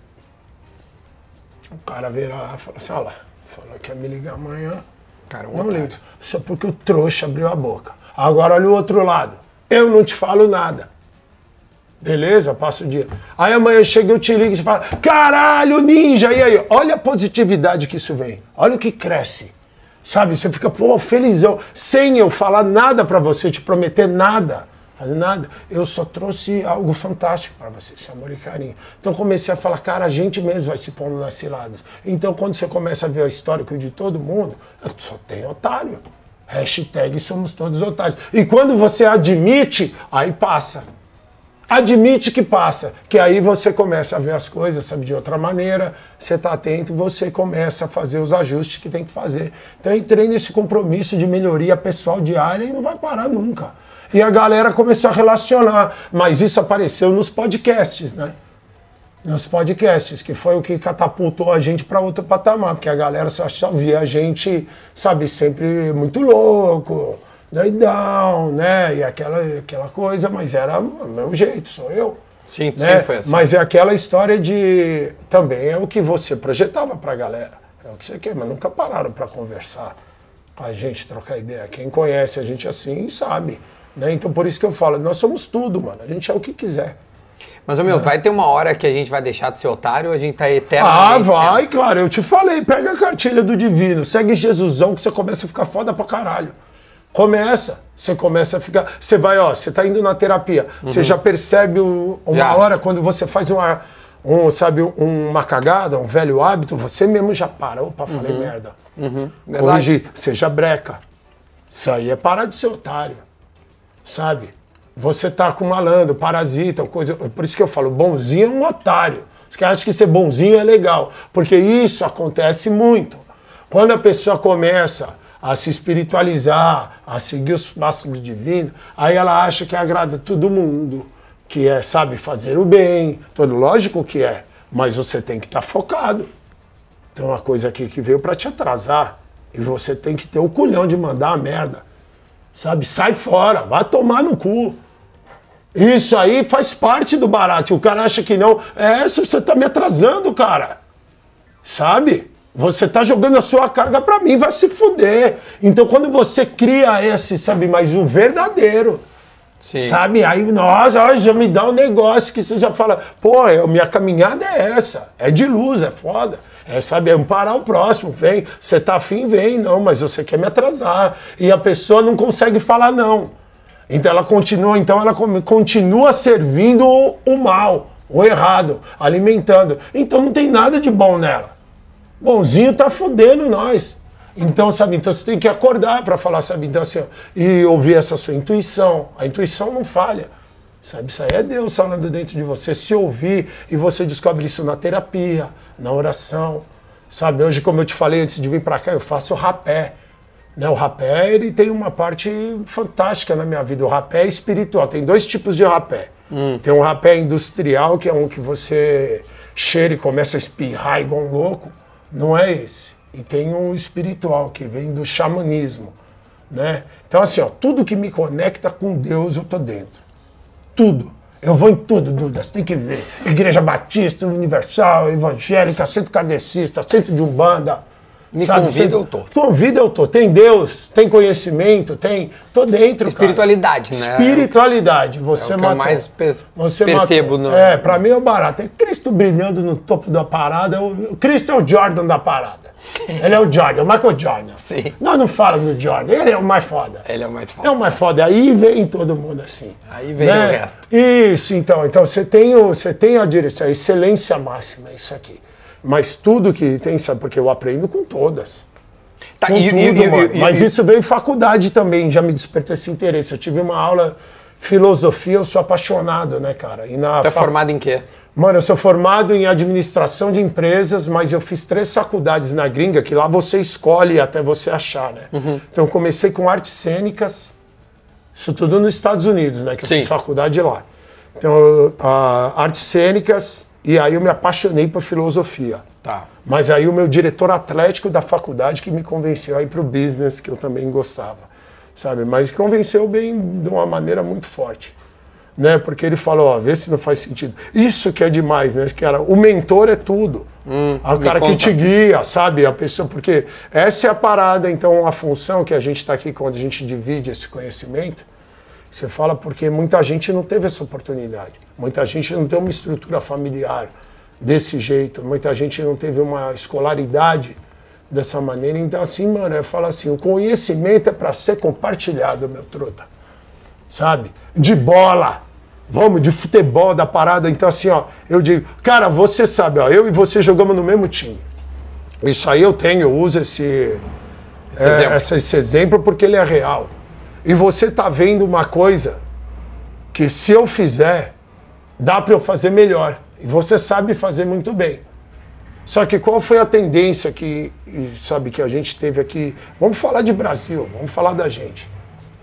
O cara vira lá e fala assim, olha lá, falou que ia me ligar amanhã, cara, não ligo. Só porque o trouxa abriu a boca. Agora olha o outro lado, eu não te falo nada. Beleza, passa o dia. Aí amanhã chega, eu te ligo e você fala, caralho, ninja! E aí, olha a positividade que isso vem. Olha o que cresce. Sabe, você fica, pô, felizão. Sem eu falar nada pra você, te prometer nada, fazer nada. Eu só trouxe algo fantástico pra você, esse amor e carinho. Então comecei a falar, cara, a gente mesmo vai se pondo nas ciladas. Então quando você começa a ver o histórico de todo mundo, só tem otário. Hashtag somos todos otários. E quando você admite, aí passa. Admite que passa, que aí você começa a ver as coisas, sabe, de outra maneira, você tá atento e você começa a fazer os ajustes que tem que fazer. Então eu entrei nesse compromisso de melhoria pessoal diária e não vai parar nunca. E a galera começou a relacionar, mas isso apareceu nos podcasts, né? Nos podcasts, que foi o que catapultou a gente para outro patamar, porque a galera só via a gente, sabe, sempre muito louco, doidão, né? E aquela coisa, mas era o meu jeito, sou eu. Sim, né? Sim, foi assim. Mas é aquela história de... Também é o que você projetava pra galera. É o que você quer, mas nunca pararam pra conversar com a gente, trocar ideia. Quem conhece a gente assim sabe. Né? Então por isso que eu falo, nós somos tudo, mano. A gente é o que quiser. Mas, ô, meu, vai ter uma hora que a gente vai deixar de ser otário ou a gente tá eternamente... vai, claro. Eu te falei, pega a cartilha do divino, segue Jesusão que você começa a ficar foda pra caralho. Você começa a ficar... Você vai, ó, você tá indo na terapia, você já percebe uma hora quando você faz uma cagada, um velho hábito, você mesmo já para. Opa, falei merda. Corrigir, seja breca. Isso aí é parar de ser otário, sabe? Você tá com malandro, parasita, coisa... Por isso que eu falo, bonzinho é um otário. Os caras acham que ser bonzinho é legal, porque isso acontece muito. Quando a pessoa começa a se espiritualizar, a seguir os passos do divino, aí ela acha que agrada todo mundo, que é, sabe, fazer o bem, todo lógico que é, mas você tem que estar focado. Tem uma coisa aqui que veio para te atrasar, e você tem que ter o culhão de mandar a merda, sabe? Sai fora, vai tomar no cu. Isso aí faz parte do barato, e o cara acha que não. Você tá me atrasando, cara, sabe? Você tá jogando a sua carga pra mim, vai se fuder. Então quando você cria esse, sabe, mais um verdadeiro, sim, sabe? Aí, nossa, já me dá um negócio que você já fala, pô, minha caminhada é essa, é de luz, é foda. Sabe, é amparar o próximo, vem, você tá afim, vem, não, mas você quer me atrasar. E a pessoa não consegue falar não. Então ela continua servindo o mal, o errado, alimentando. Então não tem nada de bom nela. Bonzinho tá fudendo nós. Então, sabe, então você tem que acordar para falar, sabe, então assim, ó, e ouvir essa sua intuição. A intuição não falha. Sabe, isso aí é Deus falando dentro de você. Se ouvir, e você descobre isso na terapia, na oração. Sabe, hoje, como eu te falei antes de vir para cá, eu faço rapé. Né? O rapé, ele tem uma parte fantástica na minha vida. O rapé é espiritual. Tem dois tipos de rapé. Tem um rapé industrial, que é um que você cheira e começa a espirrar igual um louco. Não é esse. E tem um espiritual, que vem do xamanismo. Né? Então, assim, ó, tudo que me conecta com Deus, eu tô dentro. Tudo. Eu vou em tudo, Duda, você tem que ver. Igreja Batista, Universal, Evangélica, Centro Kardecista, Centro de Umbanda. Me convida, eu tô. Convida, eu tô. Tem Deus, tem conhecimento, tem... Tô dentro, espiritualidade, cara. Né? Espiritualidade. Você é o que matou. eu mais você percebo. Matou. Pra mim é o barato. É Cristo brilhando no topo da parada. Cristo é o Jordan da parada. Ele é o Jordan, o Michael Jordan. Sim. Nós não falamos do Jordan, ele é o mais foda. Ele é o mais foda. É o mais foda. Aí vem todo mundo assim. Aí vem o resto. Isso, então você tem a direção, a excelência máxima, isso aqui. Mas tudo que tem, sabe, porque eu aprendo com todas. Tá, com tudo, mas isso veio em faculdade também, já me despertou esse interesse. Eu tive uma aula filosofia, eu sou apaixonado, né, cara? E é formado em quê? Mano, eu sou formado em administração de empresas, mas eu fiz 3 faculdades na gringa, que lá você escolhe até você achar, né? Então eu comecei com artes cênicas, isso tudo nos Estados Unidos, né? Que eu fiz faculdade lá. Então, artes cênicas, e aí eu me apaixonei por filosofia. Tá. Mas aí o meu diretor atlético da faculdade que me convenceu a ir pro business, que eu também gostava, sabe? Mas convenceu bem de uma maneira muito forte. Né? Porque ele falou, ó, vê se não faz sentido. Isso que é demais, né? Que o mentor é tudo. O cara que te guia, sabe? A pessoa, porque essa é a parada, então, a função que a gente está aqui quando a gente divide esse conhecimento. Você fala porque muita gente não teve essa oportunidade. Muita gente não tem uma estrutura familiar desse jeito. Muita gente não teve uma escolaridade dessa maneira. Então, assim, mano, eu falo assim, o conhecimento é para ser compartilhado, meu truta. Sabe? De bola, vamos, de futebol, da parada. Então assim, ó, eu digo, cara, você sabe, ó, eu e você jogamos no mesmo time. Isso aí eu uso esse exemplo porque ele é real. E você tá vendo uma coisa que se eu fizer, dá para eu fazer melhor. E você sabe fazer muito bem. Só que qual foi a tendência que a gente teve aqui? Vamos falar de Brasil, vamos falar da gente.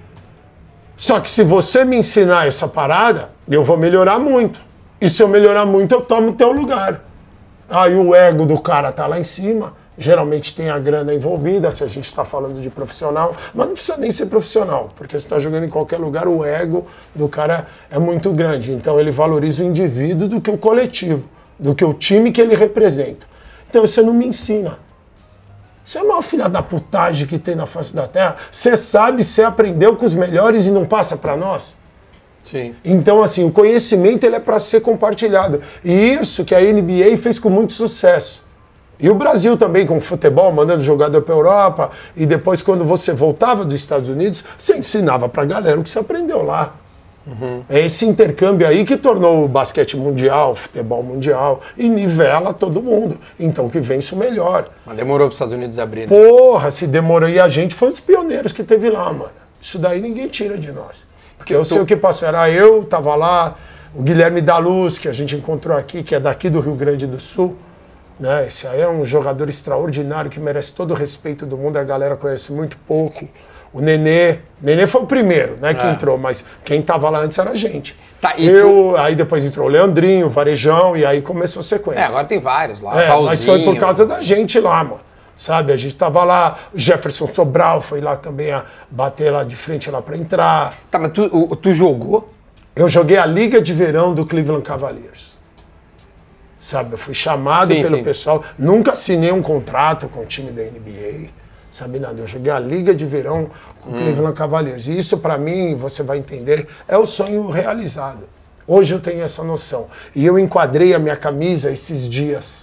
Só que se você me ensinar essa parada, eu vou melhorar muito. E se eu melhorar muito, eu tomo o teu lugar. Aí o ego do cara tá lá em cima, geralmente tem a grana envolvida, se a gente está falando de profissional, mas não precisa nem ser profissional, porque você está jogando em qualquer lugar, o ego do cara é muito grande. Então ele valoriza o indivíduo do que o coletivo, do que o time que ele representa. Então você não me ensina. Você é a maior filha da putagem que tem na face da terra. Você sabe, você aprendeu com os melhores e não passa para nós? Sim. Então, assim, o conhecimento ele é para ser compartilhado. E isso que a NBA fez com muito sucesso. E o Brasil também, com o futebol, mandando jogador para a Europa. E depois, quando você voltava dos Estados Unidos, você ensinava para a galera o que você aprendeu lá. É esse intercâmbio aí que tornou o basquete mundial, o futebol mundial, e nivela todo mundo. Então que vence o melhor. Mas demorou para os Estados Unidos abrir, né? Porra, se demorou. E a gente foi os pioneiros que teve lá, mano. Isso daí ninguém tira de nós. Porque eu sei o que passou. Era eu, tava lá, o Guilherme da Luz, que a gente encontrou aqui, que é daqui do Rio Grande do Sul. Né? Esse aí é um jogador extraordinário que merece todo o respeito do mundo. A galera conhece muito pouco. O Nenê foi o primeiro, né, que entrou, mas quem tava lá antes era a gente. Tá, aí depois entrou o Leandrinho, o Varejão, e aí começou a sequência. Agora tem vários lá. Mas foi por causa da gente lá, mano. Sabe, a gente tava lá, o Jefferson Sobral foi lá também a bater lá de frente lá pra entrar. Tá, mas tu jogou? Eu joguei a Liga de Verão do Cleveland Cavaliers. Sabe, eu fui chamado pelo pessoal, nunca assinei um contrato com o time da NBA. Sabe nada, eu joguei a Liga de Verão com o Cleveland Cavaliers. E isso, pra mim, você vai entender, é o sonho realizado. Hoje eu tenho essa noção. E eu enquadrei a minha camisa esses dias.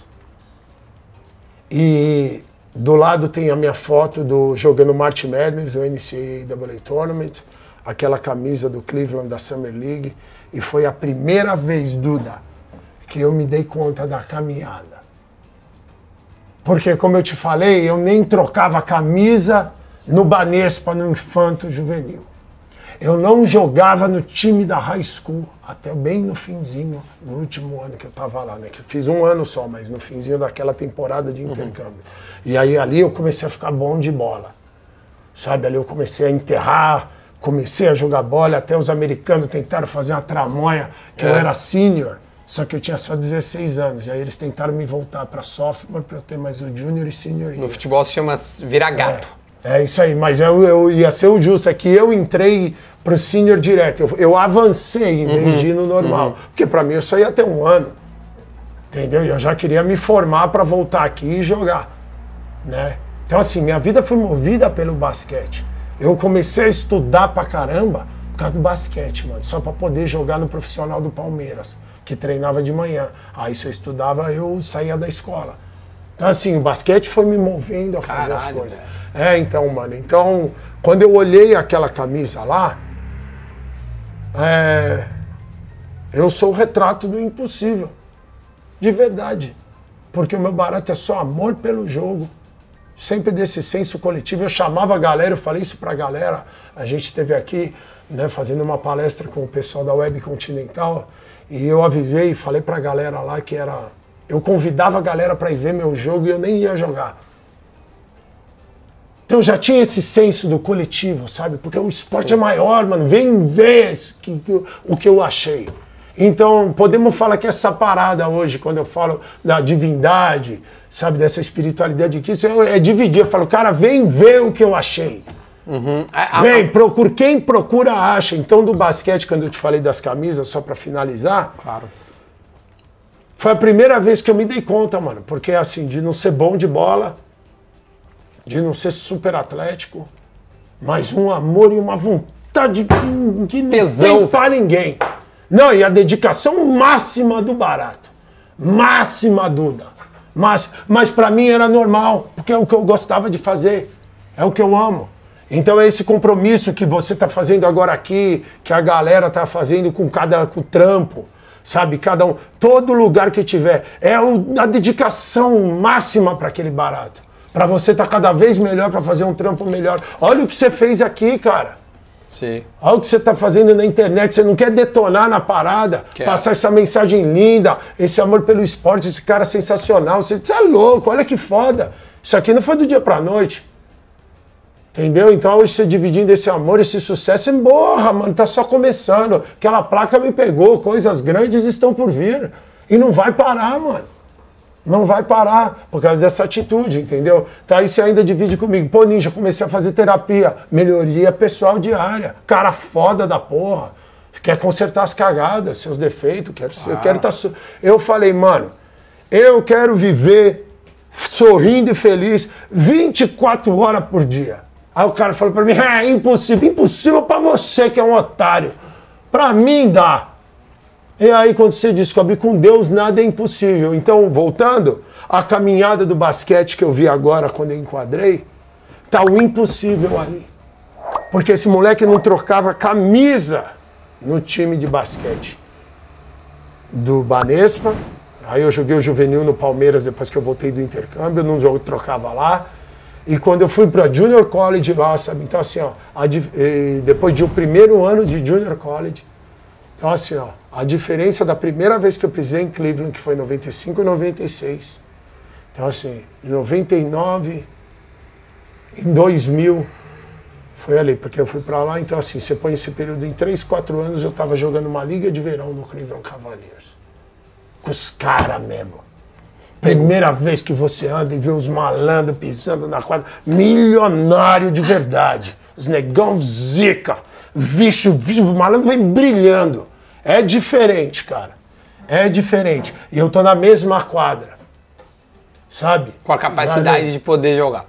E do lado tem a minha foto jogando March Madness, o NCAA Tournament, aquela camisa do Cleveland da Summer League. E foi a primeira vez, Duda, que eu me dei conta da caminhada. Porque, como eu te falei, eu nem trocava camisa no Banespa, no Infanto Juvenil. Eu não jogava no time da high school, até bem no finzinho, no último ano que eu tava lá, né? Que eu fiz um ano só, mas no finzinho daquela temporada de intercâmbio. E aí ali eu comecei a ficar bom de bola. Sabe, ali eu comecei a enterrar, comecei a jogar bola, até os americanos tentaram fazer uma tramóia, que eu era senior. Só que eu tinha só 16 anos, e aí eles tentaram me voltar para sophomore para eu ter mais o junior e senior year. No futebol se chama virar gato. É isso aí, mas eu ia ser o justo, é que eu entrei pro senior direto, eu avancei em vez de ir no normal, porque para mim eu só ia ter um ano, entendeu? E eu já queria me formar para voltar aqui e jogar, né? Então assim, minha vida foi movida pelo basquete. Eu comecei a estudar pra caramba por causa do basquete, mano, só para poder jogar no profissional do Palmeiras, que treinava de manhã. Aí se eu estudava, eu saía da escola. Então assim, o basquete foi me movendo a fazer as coisas. Velho. Então, mano, então, quando eu olhei aquela camisa lá, eu sou o retrato do impossível. De verdade. Porque o meu barato é só amor pelo jogo. Sempre desse senso coletivo. Eu chamava a galera, eu falei isso pra galera. A gente esteve aqui, né, fazendo uma palestra com o pessoal da Web Continental. E eu avisei, falei pra galera lá que era... Eu convidava a galera pra ir ver meu jogo e eu nem ia jogar. Então já tinha esse senso do coletivo, sabe? Porque o esporte é maior, mano. Vem ver o que eu achei. Então, podemos falar que essa parada hoje, quando eu falo da divindade, sabe? Dessa espiritualidade aqui, isso é dividir. Eu falo, cara, vem ver o que eu achei. Vem, procura. Quem procura, acha. Então, do basquete, quando eu te falei das camisas, só pra finalizar... Claro. Foi a primeira vez que eu me dei conta, mano. Porque, assim, de não ser bom de bola, de não ser super atlético, mas um amor e uma vontade que não tem pra ninguém. Não, e a dedicação máxima do barato. Máxima, Duda. Mas pra mim era normal, porque é o que eu gostava de fazer. É o que eu amo. Então é esse compromisso que você tá fazendo agora aqui, que a galera tá fazendo com o trampo. Sabe, cada um, todo lugar que tiver, a dedicação máxima para aquele barato. Para você estar cada vez melhor, para fazer um trampo melhor. Olha o que você fez aqui, cara. Sim. Olha o que você está fazendo na internet. Você não quer detonar na parada, passar essa mensagem linda, esse amor pelo esporte, esse cara sensacional. Você é louco, olha que foda. Isso aqui não foi do dia para a noite. Entendeu? Então hoje você dividindo esse amor, esse sucesso, borra, mano, tá só começando. Aquela placa me pegou, coisas grandes estão por vir. E não vai parar, mano. Não vai parar, por causa dessa atitude, entendeu? Então aí você ainda divide comigo. Pô, Ninja, comecei a fazer terapia. Melhoria pessoal diária. Cara foda da porra. Quer consertar as cagadas, seus defeitos, eu quero estar... Eu falei, mano, eu quero viver sorrindo e feliz, 24 horas por dia. Aí o cara falou pra mim, é impossível, impossível pra você que é um otário. Pra mim dá. E aí quando você descobre que com Deus nada é impossível. Então, voltando, a caminhada do basquete que eu vi agora quando eu enquadrei, tá o impossível ali. Porque esse moleque não trocava camisa no time de basquete do Banespa. Aí eu joguei o juvenil no Palmeiras depois que eu voltei do intercâmbio, num jogo que trocava lá. E quando eu fui para Junior College lá, sabe? Então assim, ó, depois de o primeiro ano de Junior College, então assim, ó, a diferença da primeira vez que eu pisei em Cleveland, que foi em 95 e 96. Então assim, em 99, em 2000, foi ali, porque eu fui para lá. Então assim, você põe esse período em 3, 4 anos, eu tava jogando uma liga de verão no Cleveland Cavaliers. Com os caras mesmo. Primeira vez que você anda e vê os malandros pisando na quadra, milionário de verdade. Os negão zica, bicho, o malandro vem brilhando. É diferente, cara. É diferente. E eu tô na mesma quadra. Sabe? Com a capacidade de poder jogar.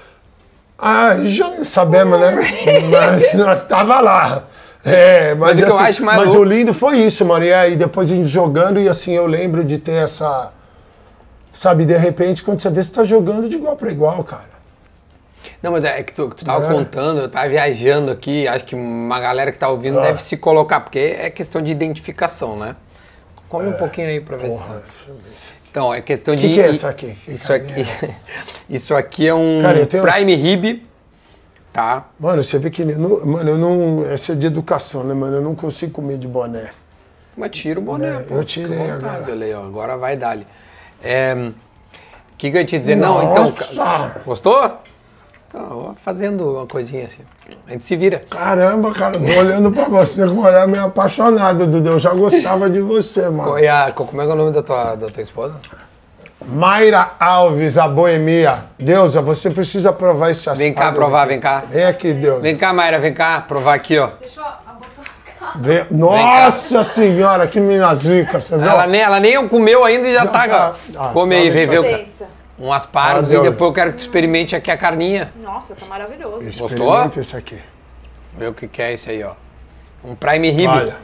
Ah, já não sabemos, né? Mas nós tava lá. É, mas, o que assim, eu acho mais mas louco... o lindo foi isso, mano. E aí depois a gente jogando e assim, eu lembro de ter essa... Sabe, de repente, quando você vê, você tá jogando de igual para igual, cara. Não, mas é que tu tava contando, eu tava viajando aqui, acho que uma galera que tá ouvindo deve se colocar, porque é questão de identificação, né? Come um pouquinho aí pra ver se... Então, é questão de... O que é isso aqui? Isso aqui é um cara, eu tenho prime rib, tá? Mano, você vê que... Mano, eu não... Essa é de educação, né, mano? Eu não consigo comer de boné. Mas tira o boné, pô. Eu tirei agora. Ali, ó, agora vai dar-lhe. O que eu ia te dizer? Nossa. Não, então... Gostou? Então, fazendo uma coisinha assim. A gente se vira. Caramba, cara, tô olhando pra você com um olhar meio apaixonado, Dudu. Eu já gostava de você, mano. Como é que é o nome da tua esposa? Mayra Alves, a boemia. Deusa, você precisa provar esse assado. Vem cá provar, vem cá. Vem aqui, Deus. Vem cá, Mayra, vem cá provar aqui, ó. Deixa eu botar as caras. Nossa senhora, que mina zica, você viu? Ela nem comeu ainda e já tá. Come aí, vem ver o Licença. um aspargos e depois eu quero que tu experimente aqui a carninha. Nossa, tá maravilhoso. Experimenta esse aqui. Vê o que é esse aí, ó. Um prime rib. Olha.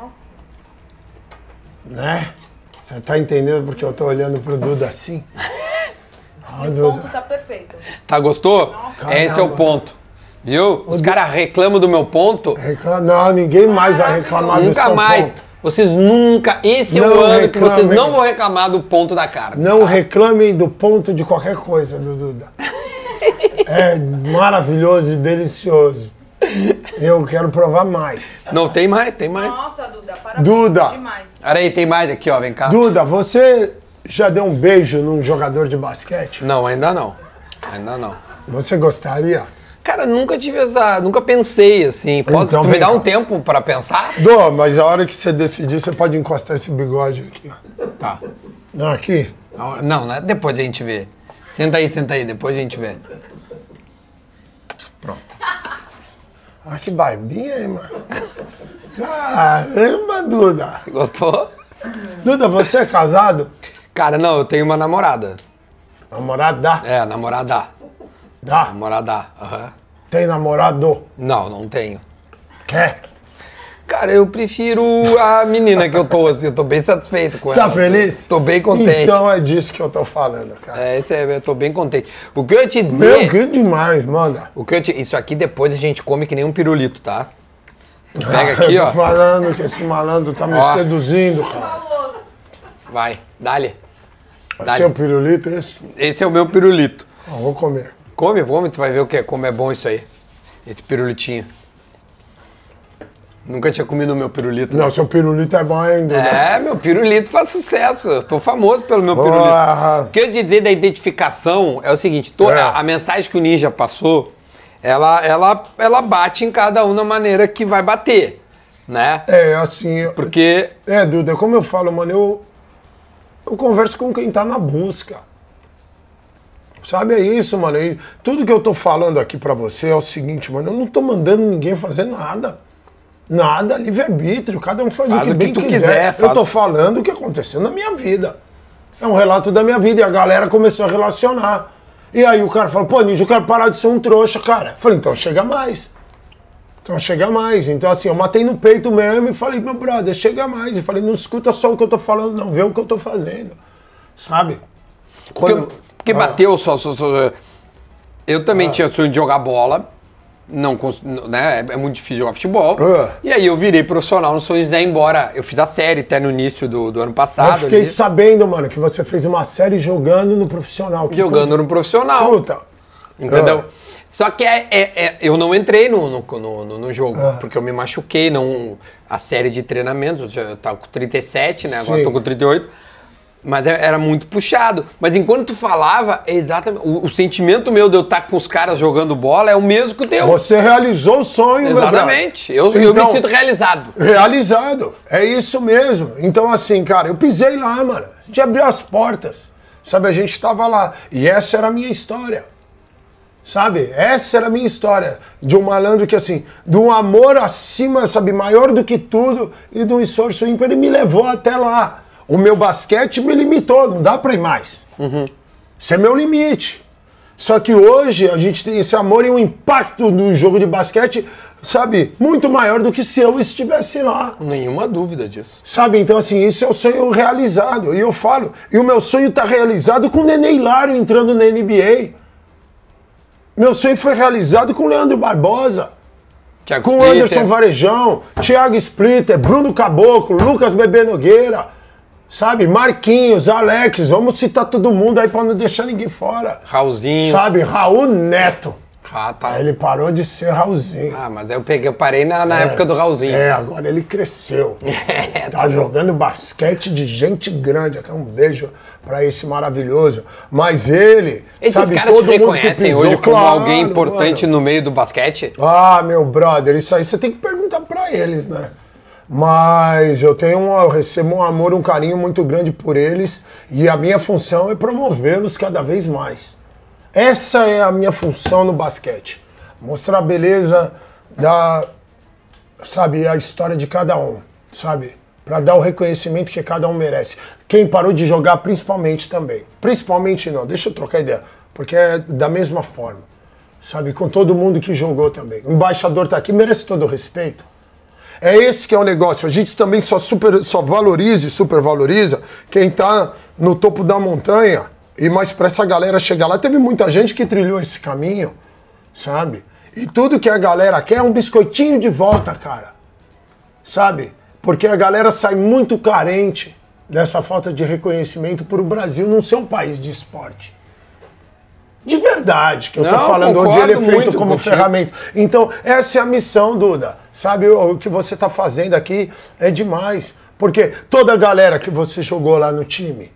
Né? Você tá entendendo porque eu tô olhando pro Duda assim? O ponto tá perfeito. Tá, gostou? Nossa. Esse é o ponto. Viu? Os caras reclamam do meu ponto. Não, ninguém mais vai reclamar do seu Nunca mais. ponto. Vocês nunca. Esse é Não o ano que vocês reclamem. não vão reclamar do ponto da carne. Não tá? reclamem do ponto de qualquer coisa do Duda. É maravilhoso e delicioso. Eu quero provar mais. Não, tem mais, tem mais. Nossa, Duda, parabéns. Duda. Demais. Olha aí, tem mais aqui, ó. Vem cá. Duda, você já deu um beijo num jogador de basquete? Não, ainda não. Ainda não. Você gostaria? Cara, nunca tive essa. Nunca pensei assim. Então, tu me vem dá cá. um tempo pra pensar? Dou, mas a hora que você decidir, você pode encostar esse bigode aqui, ó. Tá. Não, aqui? Não, né? Depois a gente vê. Senta aí, depois a gente vê. Pronto. Ah, que barbinha, hein, mano? Caramba, Duda. Gostou? Duda, você é casado? Cara, não, eu tenho uma namorada. Namorada? É, namorada. Dá? Namorada. Aham. Tem namorado? Não, não tenho. Quer? Cara, eu prefiro a menina que eu tô, assim, eu tô bem satisfeito com ela. Tá feliz? Tô bem contente. Então é disso que eu tô falando, cara. Eu tô bem contente. O que eu ia te dizer... Meu, que demais, manda. Isso aqui depois a gente come que nem um pirulito, tá? Tu pega aqui, Eu ó. tô falando que esse malandro tá me Ó. seduzindo, cara. Vai, dá-lhe. Vai ser o pirulito esse? Esse é o meu pirulito. Ó, vou comer. Come, tu vai ver o que é, como é bom isso aí. Esse pirulitinho. Nunca tinha comido o meu pirulito. Não, seu pirulito é bom, hein, Duda? É, meu pirulito faz sucesso. Eu tô famoso pelo meu pirulito. O que eu ia dizer da identificação é o seguinte, a mensagem que o Ninja passou, ela bate em cada um da maneira que vai bater, né? É, assim... Porque... Duda, como eu falo, mano, eu converso com quem tá na busca. Sabe, é isso, mano. E tudo que eu tô falando aqui pra você é o seguinte, mano, eu não tô mandando ninguém fazer nada. Nada, livre-arbítrio, cada um faz o que bem quiser. Eu tô falando o que aconteceu na minha vida. É um relato da minha vida. E a galera começou a relacionar. E aí o cara falou, pô, Ninja, eu quero parar de ser um trouxa, cara. Eu falei, então chega mais. Então chega mais. Então assim, eu matei no peito mesmo e falei, meu brother, chega mais. E falei, não escuta só o que eu tô falando, não, vê o que eu tô fazendo. Sabe? Porque bateu só. Eu também tinha sonho de jogar bola. Não, né? É muito difícil jogar futebol. E aí eu virei profissional no São José, embora eu fiz a série até no início do ano passado. Eu fiquei sabendo, mano, que você fez uma série jogando no profissional. Jogando no profissional. Puta. Entendeu? Só que eu não entrei no jogo, porque eu me machuquei. A série de treinamentos, eu tava com 37, né? Agora eu tô com 38. Mas era muito puxado. Mas enquanto tu falava, exatamente, o sentimento meu de eu estar com os caras jogando bola é o mesmo que o teu. Você realizou o sonho, exatamente. Eu me sinto realizado. Realizado. É isso mesmo. Então, assim, cara, eu pisei lá, mano. A gente abriu as portas. Sabe, a gente tava lá. E essa era a minha história. Sabe? Essa era a minha história. De um malandro que, assim, de um amor acima, sabe, maior do que tudo, e de um esforço ímpar, ele me levou até lá. O meu basquete me limitou, não dá pra ir mais. Esse é meu limite. Só que hoje a gente tem esse amor e um impacto no jogo de basquete, sabe, muito maior do que se eu estivesse lá. Nenhuma dúvida disso. Sabe, então assim, isso é o sonho realizado. E eu falo, e o meu sonho tá realizado com o Nenê Hilário entrando na NBA. Meu sonho foi realizado com o Leandro Barbosa. Com o Anderson Varejão, Thiago Splitter, Bruno Caboclo, Lucas Bebê Nogueira. Sabe, Marquinhos, Alex, vamos citar todo mundo aí pra não deixar ninguém fora. Raulzinho. Sabe, Raul Neto. Tá. Aí ele parou de ser Raulzinho. Mas aí eu parei na época do Raulzinho. Agora ele cresceu. Tá jogando basquete de gente grande. Até um beijo pra esse maravilhoso. Mas ele, esses sabe, caras todo te mundo que reconhecem pisou, hoje como claro, alguém importante mano. No meio do basquete? Ah, meu brother, isso aí você tem que perguntar pra eles, né? Mas eu recebo um amor, um carinho muito grande por eles e a minha função é promovê-los cada vez mais. Essa é a minha função no basquete. Mostrar a beleza sabe, a história de cada um, sabe? Para dar o reconhecimento que cada um merece. Quem parou de jogar, principalmente também. Principalmente não, deixa eu trocar ideia, porque é da mesma forma, sabe? Com todo mundo que jogou também. O embaixador tá aqui, merece todo o respeito. É esse que é o negócio. A gente também só valoriza e supervaloriza quem tá no topo da montanha. E mais pra essa galera chegar lá. Teve muita gente que trilhou esse caminho, sabe? E tudo que a galera quer é um biscoitinho de volta, cara. Sabe? Porque a galera sai muito carente dessa falta de reconhecimento por o Brasil não ser um país de esporte. De verdade, que eu tô falando, onde ele é feito como ferramenta. Então, essa é a missão, Duda. Sabe, o que você tá fazendo aqui é demais. Porque toda a galera que você jogou lá no time,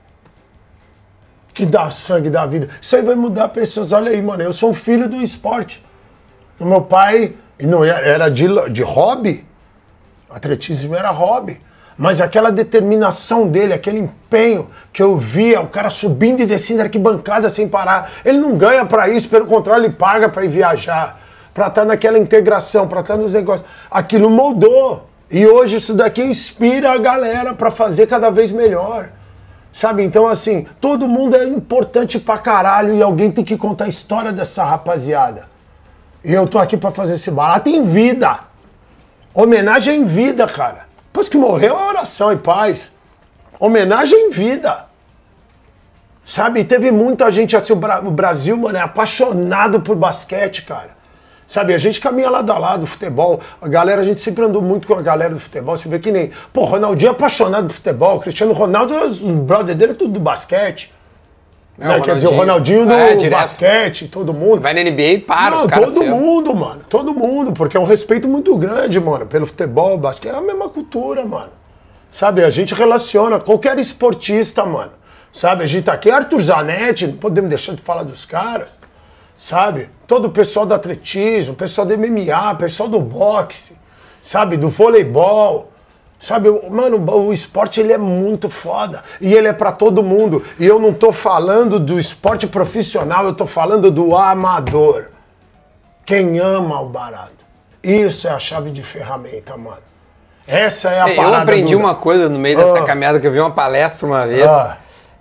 que dá sangue, dá vida, isso aí vai mudar pessoas. Olha aí, mano, eu sou um filho do esporte. O meu pai não era de hobby, o atletismo era hobby. Mas aquela determinação dele, aquele empenho que eu via, o cara subindo e descendo a arquibancada sem parar. Ele não ganha pra isso, pelo contrário, ele paga pra ir viajar, pra estar naquela integração, pra estar nos negócios. Aquilo moldou. E hoje isso daqui inspira a galera pra fazer cada vez melhor. Sabe? Então, assim, todo mundo é importante pra caralho e alguém tem que contar a história dessa rapaziada. E eu tô aqui pra fazer esse barato em vida. Homenagem em vida, cara. Depois que morreu, é oração e paz. Homenagem em vida. Sabe, teve muita gente assim, o Brasil, mano, é apaixonado por basquete, cara. Sabe, a gente caminha lado a lado, futebol. A gente sempre andou muito com a galera do futebol. Você vê que nem... Pô, Ronaldinho é apaixonado por futebol. Cristiano Ronaldo, os brother dele é tudo do basquete. Né? Quer dizer, o Ronaldinho do basquete, todo mundo. Vai na NBA e para os caras. Todo mundo, mano. Todo mundo. Porque é um respeito muito grande, mano, pelo futebol, basquete. É a mesma cultura, mano. Sabe, a gente relaciona qualquer esportista, mano. Sabe, a gente tá aqui, Arthur Zanetti, não podemos deixar de falar dos caras. Sabe, todo o pessoal do atletismo, o pessoal do MMA, o pessoal do boxe, sabe, do voleibol. Sabe, mano, o esporte ele é muito foda e ele é pra todo mundo. E eu não tô falando do esporte profissional, eu tô falando do amador. Quem ama o barato. Isso é a chave de ferramenta, mano. Essa é a parada. Eu aprendi uma coisa no meio dessa caminhada, que eu vi uma palestra uma vez.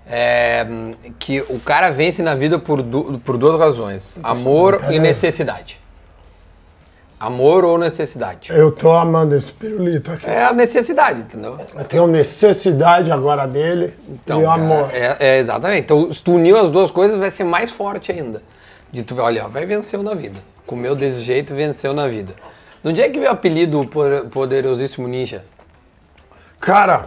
que o cara vence na vida por duas razões. Amor e necessidade. Amor ou necessidade? Eu tô amando esse pirulito aqui. É a necessidade, entendeu? Eu tenho necessidade agora dele Então, e o amor. Exatamente. Então, se tu uniu as duas coisas, vai ser mais forte ainda. De tu, olha, vai venceu na vida. Comeu desse jeito, venceu na vida. De onde é que veio o apelido Poderosíssimo Ninja? Cara,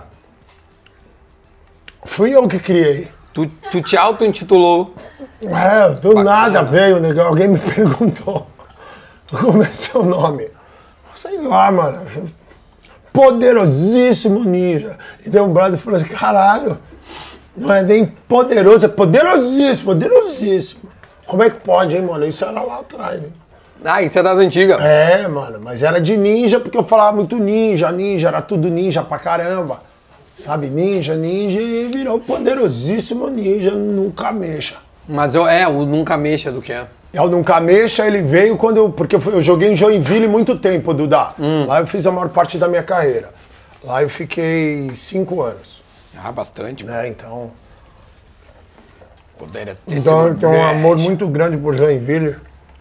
fui eu que criei. Tu te auto-intitulou. Do nada veio, negão. Alguém me perguntou como é seu nome. Sei lá, mano. Poderosíssimo Ninja. E daí um brother falou assim, caralho, não é nem poderoso, é poderosíssimo, poderosíssimo. Como é que pode, hein, mano? Isso era lá atrás, hein? Ah, isso é das antigas. Mano, mas era de ninja porque eu falava muito ninja, era tudo ninja pra caramba. Sabe, ninja, e virou Poderosíssimo Ninja, Nunca Mexa. Mas o Nunca Mexa do que é? O Nunca Mexa, ele veio porque eu joguei em Joinville muito tempo, Duda. Lá eu fiz a maior parte da minha carreira. Lá eu fiquei 5 anos. Ah, bastante. Né, então... Poderosíssimo Então eu tenho um amor muito grande por Joinville.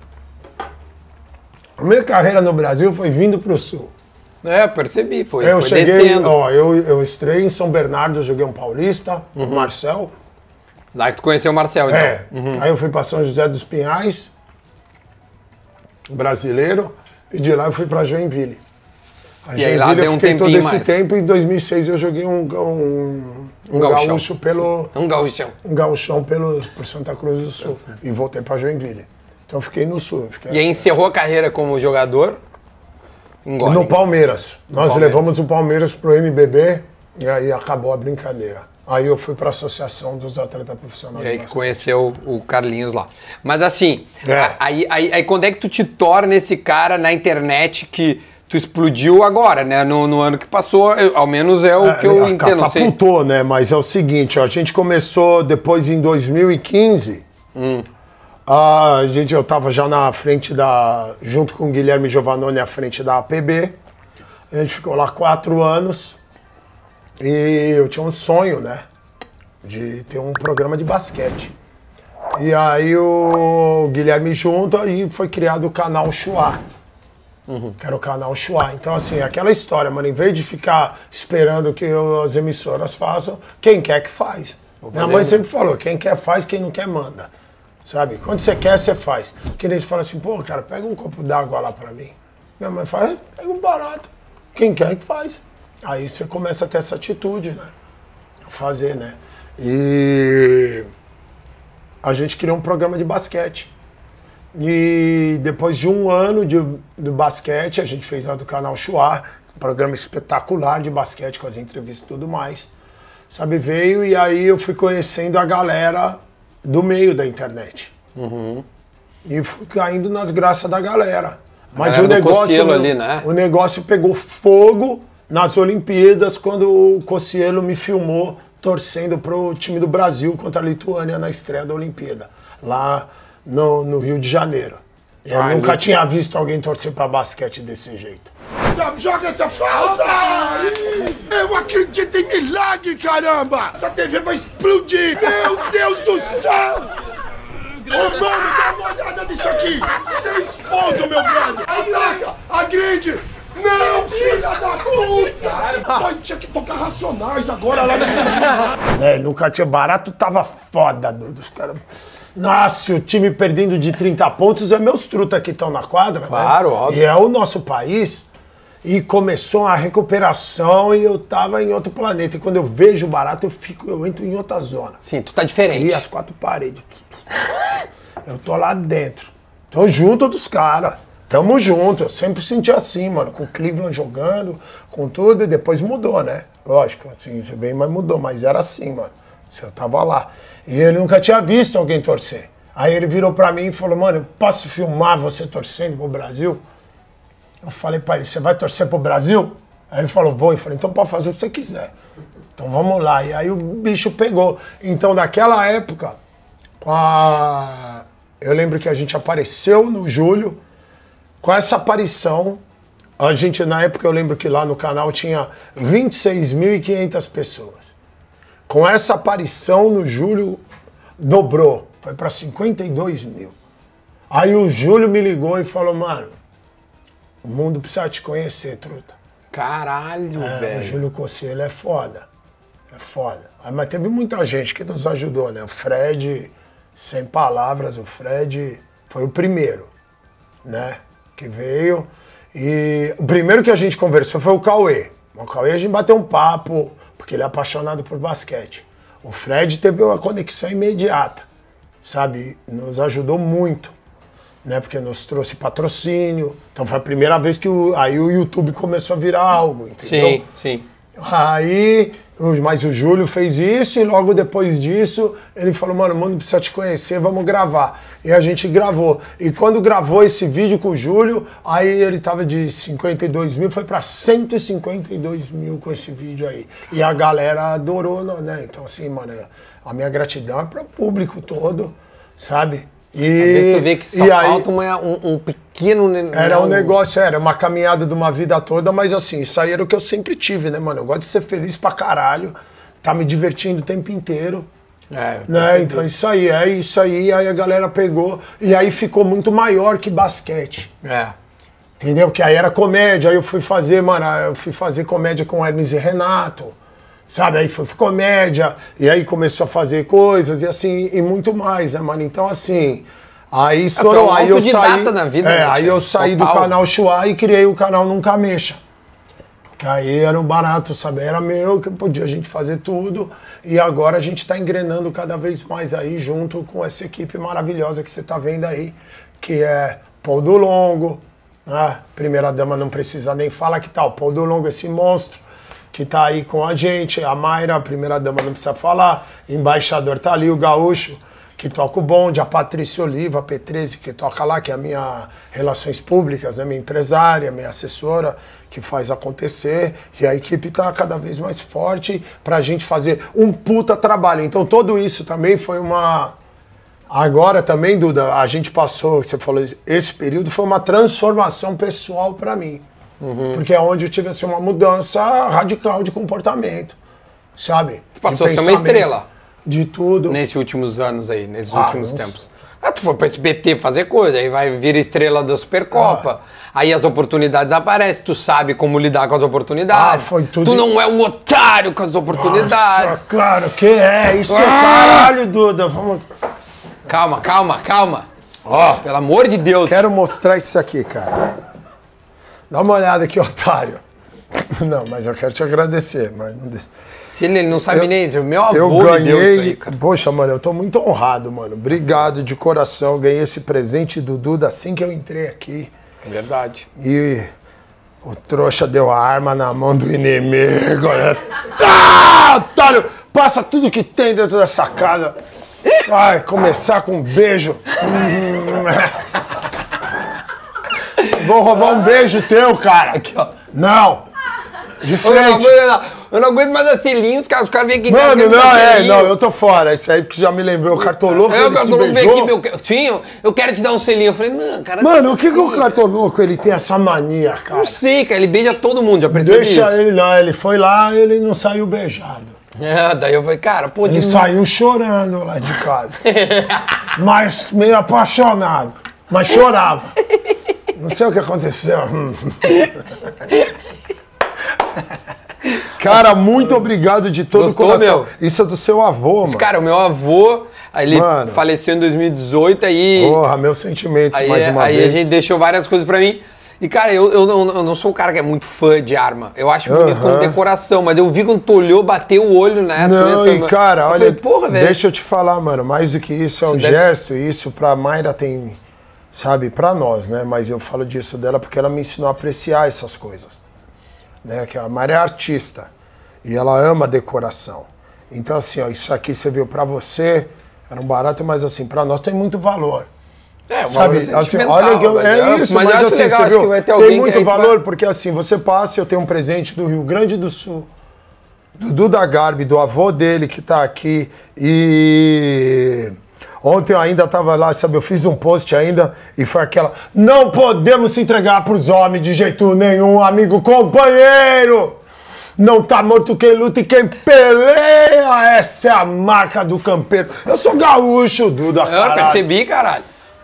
A minha carreira no Brasil foi vindo pro Sul. Percebi, foi cheguei, descendo. Eu estreiei em São Bernardo, joguei um paulista, o Marcel. Lá que tu conheceu o Marcel, então. Aí eu fui para São José dos Pinhais, brasileiro, e de lá eu fui para Joinville. E aí lá deu um tempinho todo esse mais. tempo, e em 2006 eu joguei um gaúcho pelo... Um gauchão. Um gauchão por Santa Cruz do Sul. E voltei para Joinville. Então eu fiquei no Sul. E aí encerrou a carreira como jogador? No Palmeiras. Nós levamos o Palmeiras pro NBB e aí acabou a brincadeira. Aí eu fui para a Associação dos Atletas Profissionais. E aí que conheceu o Carlinhos lá. Mas assim, aí quando é que tu te torna esse cara na internet que tu explodiu agora, né? No ano que passou, ao menos é o que eu entendo. Catapultou, né? Mas é o seguinte, a gente começou depois em 2015... eu tava já na frente junto com o Guilherme Giovannone, à frente da APB. A gente ficou lá 4 anos e eu tinha um sonho, né, de ter um programa de basquete. E aí o Guilherme junto, aí foi criado o canal Chua, que era o canal Chua. Então assim, aquela história, mano, em vez de ficar esperando que as emissoras façam, quem quer que faz. Minha mãe sempre falou, quem quer faz, quem não quer manda. Sabe? Quando você quer, você faz. Porque eles falam assim, pô, cara, pega um copo d'água lá pra mim. Minha mãe fala, pega um barato. Quem quer que faz. Aí você começa a ter essa atitude, né? Fazer, né? E a gente criou um programa de basquete. E depois de 1 ano de basquete, a gente fez lá do canal Chua, um programa espetacular de basquete com as entrevistas e tudo mais. Sabe, veio e aí eu fui conhecendo a galera do meio da internet. E fui caindo nas graças da galera. Mas o negócio, ali, né? O negócio pegou fogo nas Olimpíadas quando o Cossielo me filmou torcendo pro time do Brasil contra a Lituânia na estreia da Olimpíada, lá no Rio de Janeiro. Eu nunca tinha visto alguém torcer pra basquete desse jeito. Joga essa falta! Eu acredito em milagre, caramba! Essa TV vai explodir! Meu Deus do céu! Ô, mano, dá uma olhada nisso aqui! 6 pontos, meu velho! Ataca! Agride! Não, filha da puta! Tinha que tocar Racionais agora lá no Rio. Nunca tinha barato, tava foda, dos caras. Nossa, o time perdendo de 30 pontos é meus truta que estão na quadra, claro, né? Óbvio. E é o nosso país. E começou a recuperação e eu tava em outro planeta. E quando eu vejo o barato, eu entro em outra zona. Sim, tu tá diferente. E as 4 paredes. Eu tô lá dentro. Tô junto dos caras. Tamo junto. Eu sempre senti assim, mano. Com o Cleveland jogando, com tudo. E depois mudou, né? Lógico, assim, você bem, mas mudou. Mas era assim, mano. Eu tava lá. E ele nunca tinha visto alguém torcer. Aí ele virou pra mim e falou, mano, eu posso filmar você torcendo pro Brasil? Eu falei pra ele, você vai torcer pro Brasil? Aí ele falou, vou. Eu falei, então pode fazer o que você quiser. Então vamos lá. E aí o bicho pegou. Então naquela época, eu lembro que a gente apareceu no julho. Com essa aparição, a gente, na época, eu lembro que lá no canal tinha 26.500 pessoas. Com essa aparição no Júlio, dobrou. Foi pra 52 mil. Aí o Júlio me ligou e falou, mano, o mundo precisa te conhecer, truta. Caralho, velho. O Júlio Cocielo é foda. É foda. Mas teve muita gente que nos ajudou, né? O Fred, sem palavras, o Fred foi o primeiro, né? Que veio. E o primeiro que a gente conversou foi o Cauê. O Cauê a gente bateu um papo, porque ele é apaixonado por basquete. O Fred teve uma conexão imediata, sabe? Nos ajudou muito. Né, porque nos trouxe patrocínio. Então foi a primeira vez que aí o YouTube começou a virar algo, entendeu? Sim. Aí, mas o Júlio fez isso e logo depois disso ele falou, mano, o mundo precisa te conhecer, vamos gravar. E a gente gravou. E quando gravou esse vídeo com o Júlio, aí ele tava de 52 mil, foi pra 152 mil com esse vídeo aí. E a galera adorou, né? Então assim, mano, a minha gratidão é pro público todo, sabe? Às vezes tu vê que só falta um pequeno... Era um negócio, era uma caminhada de uma vida toda, mas assim, isso aí era o que eu sempre tive, né, mano? Eu gosto de ser feliz pra caralho, tá me divertindo o tempo inteiro. Né? Então é isso aí, aí a galera pegou, e aí ficou muito maior que basquete. Entendeu? Que aí era comédia, aí eu fui fazer, mano, comédia com Hermes e Renato. Sabe, aí foi comédia, e aí começou a fazer coisas, e assim, e muito mais, né, mano? Então, assim, aí estourou, aí eu saí... na vida, né, aí eu saí do canal Chua e criei o canal Nunca Mexa. Que aí era um barato, sabe? Era meu, que podia a gente fazer tudo, e agora a gente tá engrenando cada vez mais aí, junto com essa equipe maravilhosa que você tá vendo aí, que é Paul do Longo, né? Primeira dama não precisa nem falar, que tal? Paul do Longo, esse monstro, que tá aí com a gente, a Mayra, a primeira dama não precisa falar, embaixador tá ali, o Gaúcho, que toca o bonde, a Patrícia Oliva, a P13, que toca lá, que é a minha Relações Públicas, né, minha empresária, minha assessora, que faz acontecer, e a equipe tá cada vez mais forte pra gente fazer um puta trabalho. Então tudo isso também foi uma... Agora também, Duda, a gente passou, você falou, esse período foi uma transformação pessoal pra mim. Porque é onde eu tive assim, uma mudança radical de comportamento, sabe? Tu passou a ser uma estrela. De tudo. Nesses últimos anos aí, nesses últimos tempos. Tu foi pra SBT fazer coisa, aí vai vir estrela da Supercopa. Aí as oportunidades aparecem, tu sabe como lidar com as oportunidades. Foi tudo. Tu não é um otário com as oportunidades. Nossa, claro que é, isso é caralho, Duda. Vamos... Calma. Pelo amor de Deus. Quero mostrar isso aqui, cara. Dá uma olhada aqui, otário. Não, mas eu quero te agradecer, mas não... Se ele não sabe nem isso, meu avô eu ganhei, me deu isso aí, cara. Poxa, mano, eu tô muito honrado, mano. Obrigado de coração. Eu ganhei esse presente do Duda assim que eu entrei aqui. É verdade. E o trouxa deu a arma na mão do inimigo, né? Tá, otário! Passa tudo que tem dentro dessa casa. Vai começar com um beijo. Vou roubar um beijo teu, cara. Aqui, ó. Não. De frente. Eu não aguento mais a selinha, os caras vêm aqui. Mano, não, eu tô fora. Isso aí porque já me lembrou. O Cartoloco, ele te beijou. Sim, eu quero te dar um selinho. Eu falei, não, cara... Mano, o que o Cartoloco, ele tem essa mania, cara? Não sei, cara, ele beija todo mundo, já percebi isso. Deixa ele lá, ele foi lá, ele não saiu beijado. Daí eu falei, cara, pô... Ele saiu chorando lá de casa. Mas meio apaixonado. Mas chorava. Não sei o que aconteceu. Cara, muito obrigado de todo o coração. Meu? Isso é do seu avô, mano. Cara, o meu avô, ele faleceu em 2018, aí... Porra, meus sentimentos mais uma vez. Aí a gente deixou várias coisas pra mim. E, cara, eu não sou um cara que é muito fã de arma. Eu acho bonito como decoração, mas eu vi quando tu olhou, bateu o olho, né? Não, e cara, olha, falei, porra, velho. Deixa eu te falar, mano, mais do que isso é um gesto, e isso pra Mayra tem, sabe, pra nós, né? Mas eu falo disso dela porque ela me ensinou a apreciar essas coisas. Né? Que a Mayra é artista, e ela ama decoração. Então, assim, ó, isso aqui você viu pra você, era um barato, mas assim, pra nós tem muito valor. Sabe, assim, olha que é isso, mas assim, legal, você viu, que vai ter tem muito valor, porque assim, você passa, eu tenho um presente do Rio Grande do Sul, do Duda Garbi, do avô dele que tá aqui, e ontem eu ainda tava lá, sabe, eu fiz um post ainda, e foi aquela, não podemos se entregar pros homens de jeito nenhum, amigo companheiro! Não tá morto quem luta e quem peleia. Essa é a marca do campeiro. Eu sou gaúcho, Duda, Eu caralho. percebi, caralho.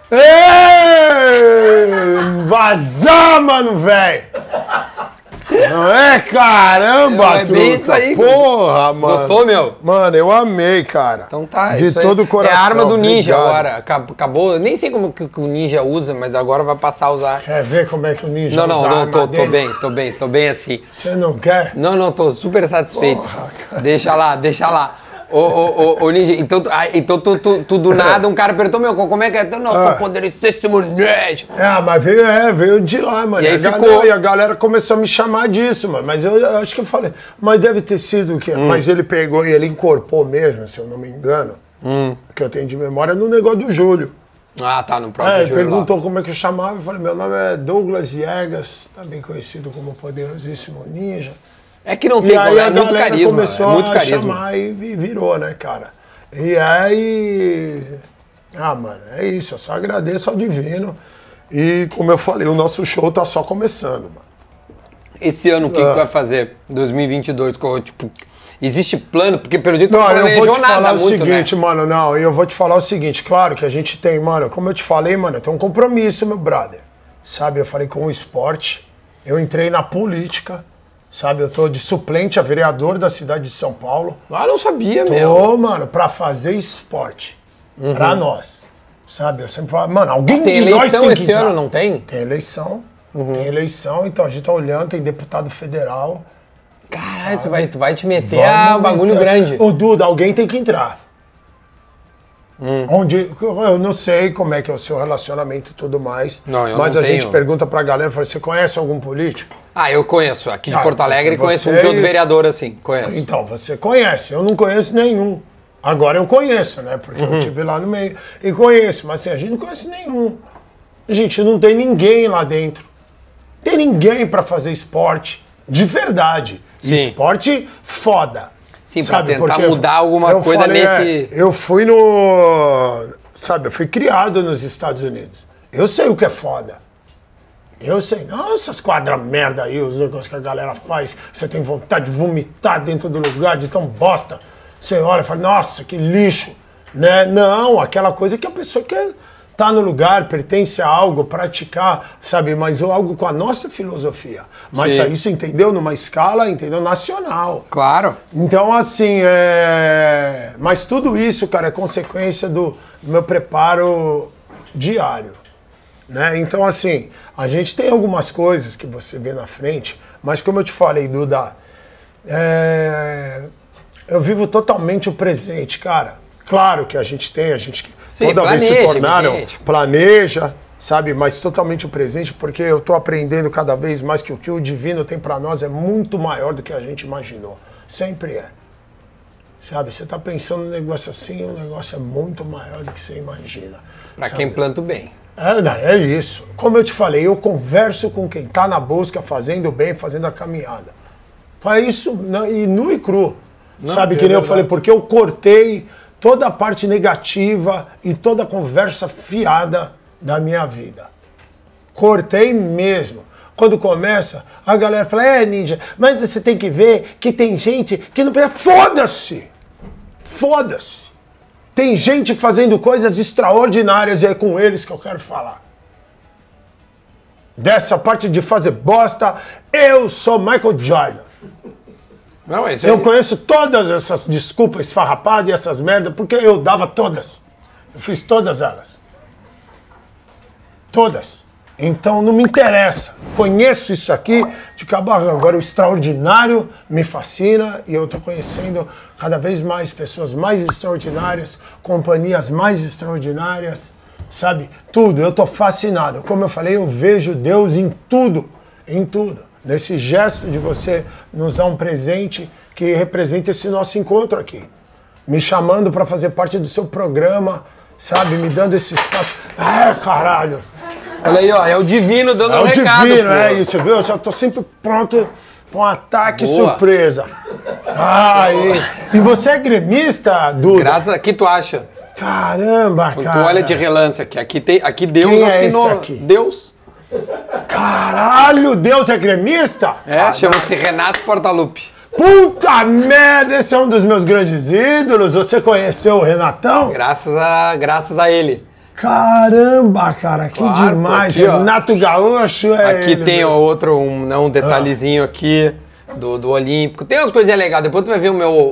Ei! Vazar, mano, velho! Não é? Caramba, É bem isso truta. aí. Porra, mano. Gostou, meu? Mano, eu amei, cara. Então tá, De isso aí. todo o coração. É a arma do ninja obrigado. agora. Acabou. Eu nem sei como que o ninja usa, mas agora vai passar a usar. Quer ver como é que o ninja Não, usa a arma tô dele? bem. Tô bem assim. Você não quer? Não, tô super satisfeito. Porra, cara. Deixa lá. Ô, Ninja, então tu do nada, um cara perguntou, meu, como é que é? Então, não, sou poderoso testemunho. Mas veio de lá, mano. E aí Não, e a galera começou a me chamar disso, mano. Mas eu acho que eu falei, mas deve ter sido o quê? Mas ele pegou e ele incorporou mesmo, se eu não me engano, que eu tenho de memória, no negócio do Júlio. Ah, tá, no próprio Ele Júlio perguntou como é que eu chamava, eu falei, meu nome é Douglas Viegas, também conhecido como Poderosíssimo Ninja. É que não E tem aí como, a é muito galera carisma. começou É muito a carisma. chamar e virou, né, cara? E aí... mano, é isso, eu só agradeço ao Divino. E, como eu falei, o nosso show tá só começando, mano. Esse ano, o que tu vai fazer? 2022, tipo... Existe plano? Porque pelo jeito tu Não, não eu vou planejou te nada falar o muito, seguinte, né? mano, não, eu vou te falar o seguinte, claro que a gente tem, mano, como eu te falei, mano, eu tenho um compromisso, meu brother, sabe, eu falei com o esporte, eu entrei na política, sabe, eu tô de suplente a vereador da cidade de São Paulo, Ah, não sabia, meu. tô, mano, pra fazer esporte, pra nós, sabe, eu sempre falo, mano, alguém Tem de nós eleição tem que esse entrar. ano, não tem? Tem eleição, então a gente tá olhando, tem deputado federal. Caralho, tu vai te meter Vamos a bagulho entrar. grande. Ô, Duda, alguém tem que entrar. Onde, eu não sei como é que é o seu relacionamento e tudo mais. Não, eu mas não a gente tenho. pergunta pra galera, fala, você conhece algum político? Ah, eu conheço. Aqui de Ah, Porto Alegre, você conheço um é que outro isso. vereador, assim. Conheço. Então, você conhece. Eu não conheço nenhum. Agora eu conheço, né? Porque eu estive lá no meio. E conheço, mas assim, a gente não conhece nenhum. A gente não tem ninguém lá dentro. Tem ninguém pra fazer esporte de verdade. Sim. Esporte foda. Sim, pra tentar mudar alguma eu coisa nesse- eu fui no... Sabe, eu fui criado nos Estados Unidos. Eu sei o que é foda. Eu sei. Não, essas quadras merda aí, os negócios que a galera faz, você tem vontade de vomitar dentro do lugar, de tão bosta. Você olha e fala, nossa, que lixo. Né? Não, aquela coisa que a pessoa quer tá no lugar, pertence a algo, praticar, sabe? Mas algo com a nossa filosofia. Mas Sim. isso, entendeu? Numa escala, entendeu? Nacional. Claro. Então, assim, mas tudo isso, cara, é consequência do meu preparo diário, né? Então, assim, a gente tem algumas coisas que você vê na frente, mas como eu te falei, Duda, eu vivo totalmente o presente, cara. Claro que a gente tem, Sim, toda vez se planeja, tornaram, evidente. planeja, sabe? Mas totalmente o presente, porque eu tô aprendendo cada vez mais que o que o divino tem pra nós é muito maior do que a gente imaginou. Sempre é. Sabe? Você tá pensando num negócio assim, o negócio é muito maior do que você imagina. Pra sabe? quem planta o bem. É isso. Como eu te falei, eu converso com quem tá na busca, fazendo o bem, fazendo a caminhada. Faz isso e nu e cru. Sabe? Que nem eu falei, porque eu cortei toda a parte negativa e toda a conversa fiada da minha vida. Cortei mesmo. Quando começa, a galera fala, Ninja, mas você tem que ver que tem gente que não... Foda-se! Foda-se! Tem gente fazendo coisas extraordinárias e é com eles que eu quero falar. Dessa parte de fazer bosta, eu sou Michael Jordan. Não, isso Eu conheço todas essas desculpas esfarrapadas e essas merdas, porque eu dava todas. Eu fiz todas elas. Todas. Então não me interessa. Conheço isso aqui de cabo a rabo. Agora o extraordinário me fascina e eu estou conhecendo cada vez mais pessoas mais extraordinárias, companhias mais extraordinárias, sabe? Tudo. Eu estou fascinado. Como eu falei, eu vejo Deus em tudo. Em tudo. Nesse gesto de você nos dar um presente que representa esse nosso encontro aqui. Me chamando para fazer parte do seu programa, sabe? Me dando esse espaço. Caralho! Olha aí, ó, é o divino dando É um o recado. divino, pô. é isso, viu? Eu já tô sempre pronto para um ataque Boa. surpresa. E você é gremista, Duda? Graças a que tu acha? Caramba, cara. Tu olha de relance aqui. Aqui Deus Quem é assinou. esse aqui? Deus. Caralho, Deus é gremista? É, chama-se Renato Portaluppi. Puta merda, esse é um dos meus grandes ídolos. Você conheceu o Renatão? Graças a ele. Caramba, cara, que Claro, demais. aqui, ó. Renato Gaúcho é Aqui ele, tem meu. um detalhezinho aqui do Olímpico. Tem umas coisinhas legais. Depois tu vai ver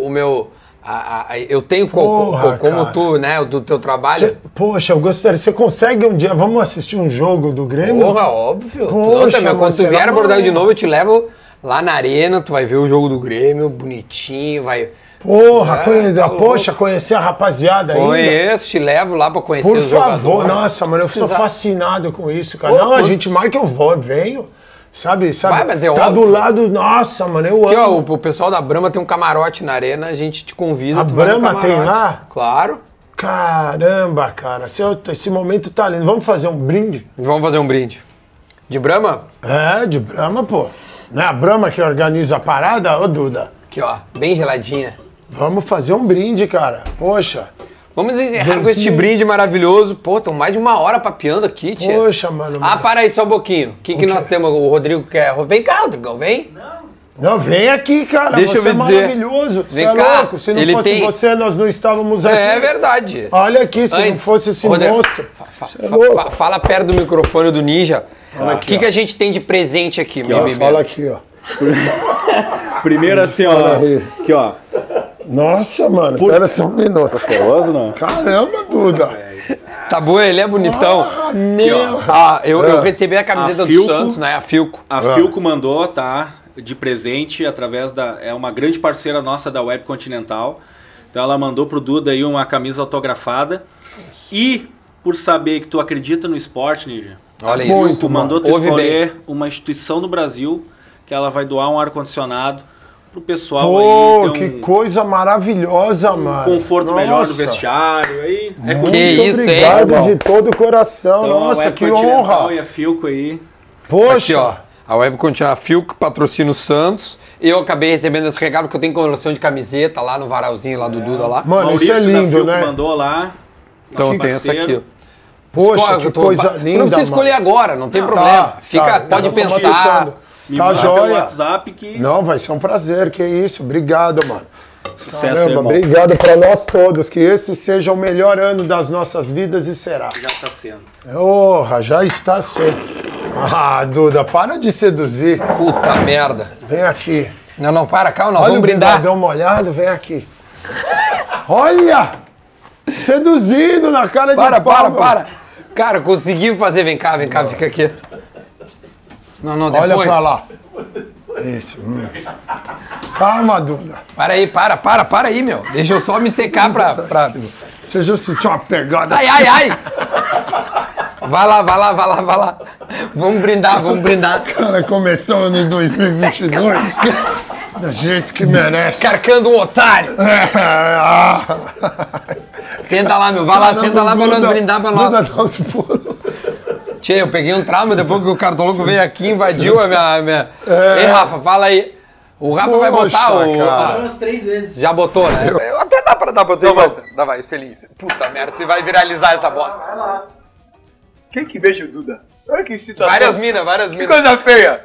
eu tenho Porra, como cara. tu, né, do teu trabalho. Poxa, eu gostaria. Você consegue um dia? Vamos assistir um jogo do Grêmio? Porra, óbvio. Poxa, Quando mas tu vier será a Bordeaux de uma- novo, eu te levo lá na arena, tu vai ver o jogo do Grêmio, bonitinho, vai... Porra, tá poxa, conhecer a rapaziada ainda. Conheço, te levo lá pra conhecer Por os favor, jogadores. nossa, mano, eu sou Precisa- fascinado com isso, cara. Pô, Não, a quando- gente marca, eu vou, eu venho. Sabe? Vai, mas é tá óbvio. do lado, nossa, mano, eu Aqui, ó, amo. o pessoal da Brahma tem um camarote na arena, a gente te convida. A tu vai no Brahma tem camarote. lá? Claro. Caramba, cara, esse momento tá lindo. Vamos fazer um brinde? Vamos fazer um brinde. De Brahma? É, de Brahma, pô. Não é a Brahma que organiza a parada, ô Duda? Aqui, ó, bem geladinha. Vamos fazer um brinde, cara. Poxa. Vamos encerrar com Benzinho. este brinde maravilhoso. Pô, estão mais de uma hora papeando aqui, tia. Poxa, mano. Ah, para aí só um pouquinho. O que nós temos? O Rodrigo quer. Vem cá, Rodrigão, vem. Não, vem aqui, cara. Deixa eu você é me dizer. maravilhoso. Vem Você é cá. louco. Se não Ele fosse tem- você, nós não estávamos aqui. É verdade. Olha aqui, se não Antes, fosse esse Rodrigo, monstro. fa- Você é louco. fala perto do microfone do Ninja. Fala O aqui, que ó. a gente tem de presente aqui, meu Ó, bebê? fala aqui, ó. Primeiro assim, ó. Olha aí. Aqui, ó. Nossa, mano. Pera só um minuto. Cheiroso, não? Caramba, Duda. Tá bom, ele é bonitão. Ah, meu. Ah, eu Ah. recebi a camiseta A do Filco. Santos, né? A Filco. A Filco mandou, tá? De presente através da. É uma grande parceira nossa da Web Continental. Então ela mandou pro Duda aí uma camisa autografada. E por saber que tu acredita no esporte, Ninja, Olha a isso. Muito, Filco mano. mandou tu Ouve escolher uma instituição no Brasil que ela vai doar um ar-condicionado pro pessoal Pô, aí ter que coisa maravilhosa, mano. conforto melhor no Nossa. vestiário. Aí é Muito Que isso, hein, obrigado irmão? de todo o coração. Então, a Nossa, Web que Continental honra. E a Filco aí. Poxa. Aqui, ó. A Web Continental Filco patrocina o Santos. Eu acabei recebendo esse regalo porque eu tenho coleção de camiseta lá no varalzinho lá do Duda lá. Mano, isso Maurício é da lindo, Filco né? mandou lá. Então nosso tem essa parceiro. aqui, ó. Poxa, Escolhe, que tu- coisa Tu linda, não precisa escolher mano. agora, não tem problema. Pode eu vou pensar. matutando. Me Tá manda pelo joia. WhatsApp que Não, vai ser um prazer, que isso. Obrigado, mano. sucesso, Caramba, irmão. obrigado pra nós todos. Que esse seja o melhor ano das nossas vidas e será. Já tá sendo. Porra, já está sendo. Ah, Duda, para de seduzir. Puta merda. Vem aqui. Não, para, calma, nós Olha vamos o brindar. bigodão molhado, vem aqui. Olha! Seduzido na cara de Para. pau. Cara, consegui fazer. Vem cá, fica aqui. Não, depois. Olha pra lá. Isso. Calma, Duda. Para aí, meu. Deixa eu só me secar pra... Você já sentiu uma pegada? Ai. Vai lá. Vamos brindar. Cara, começou o ano 2022 do jeito que merece. Carcando o otário. Senta lá, meu. Vai lá, senta lá pra nós brindar pra Duda, nós. dá uns pulos. Tchê, eu peguei um trauma depois que o cartoloco veio aqui, invadiu a minha... Ei, Rafa, fala aí. O Rafa vai botar Poxa, o... cara. Umas 3 vezes. Já botou, né? Até dá pra dar pra você, mas... Vai, o selinho. Puta merda, você vai viralizar essa bosta. Quem que beija o Duda? Olha que situação. Várias minas. Que coisa feia.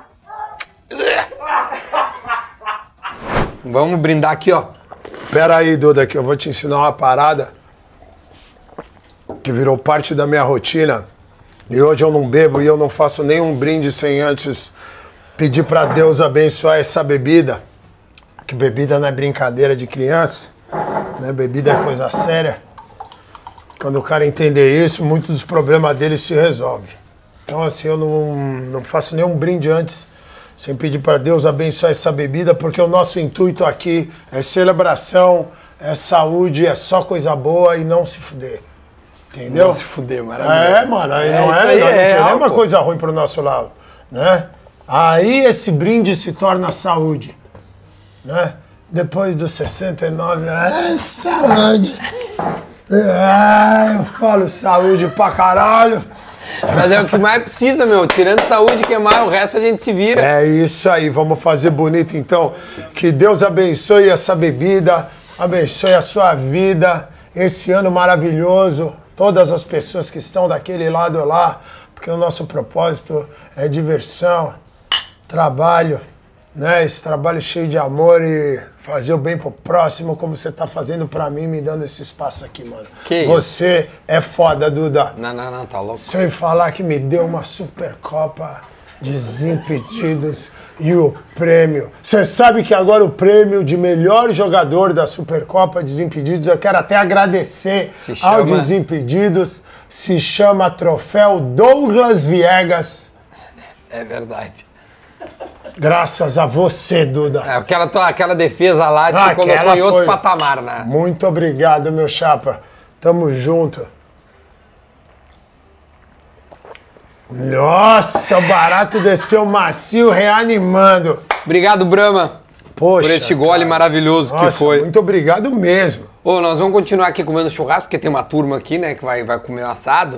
Vamos brindar aqui, ó. Pera aí, Duda, que eu vou te ensinar uma parada que virou parte da minha rotina. E hoje eu não bebo e eu não faço nenhum brinde sem antes pedir pra Deus abençoar essa bebida. Que bebida não é brincadeira de criança, né? Bebida é coisa séria. Quando o cara entender isso, muitos dos problemas dele se resolvem. Então, assim, eu não faço nenhum brinde antes sem pedir para Deus abençoar essa bebida, porque o nosso intuito aqui é celebração, é saúde, é só coisa boa e não se fuder. Entendeu? Não se fuder, maravilhoso. É, mano, aí não isso é, aí nós não é queremos álcool. uma coisa ruim pro nosso lado, né? Aí esse brinde se torna saúde, né? Depois dos 69, saúde. Eu falo saúde pra caralho. Mas é o que mais precisa, meu. Tirando saúde, que é mais, o resto a gente se vira. É isso aí, vamos fazer bonito então. Que Deus abençoe essa bebida, abençoe a sua vida, esse ano maravilhoso, todas as pessoas que estão daquele lado lá, porque o nosso propósito é diversão, trabalho né? Esse trabalho cheio de amor e fazer o bem pro próximo, como você tá fazendo pra mim, me dando esse espaço aqui, mano. Que você é foda, Duda. Não, tá louco. Sem falar que me deu uma Supercopa Desimpedidos e o prêmio. Você sabe que agora o prêmio de melhor jogador da Supercopa Desimpedidos, eu quero até agradecer ao Desimpedidos, se chama Troféu Douglas Viegas. É verdade. Graças a você, Duda. Aquela defesa lá te colocou em outro patamar, né? Muito obrigado, meu chapa. Tamo junto. Nossa, o barato desceu macio, reanimando. Obrigado, Brahma, Poxa, por este gole maravilhoso que foi. Muito obrigado mesmo. Ô, nós vamos continuar aqui comendo churrasco, porque tem uma turma aqui, né, que vai comer um assado.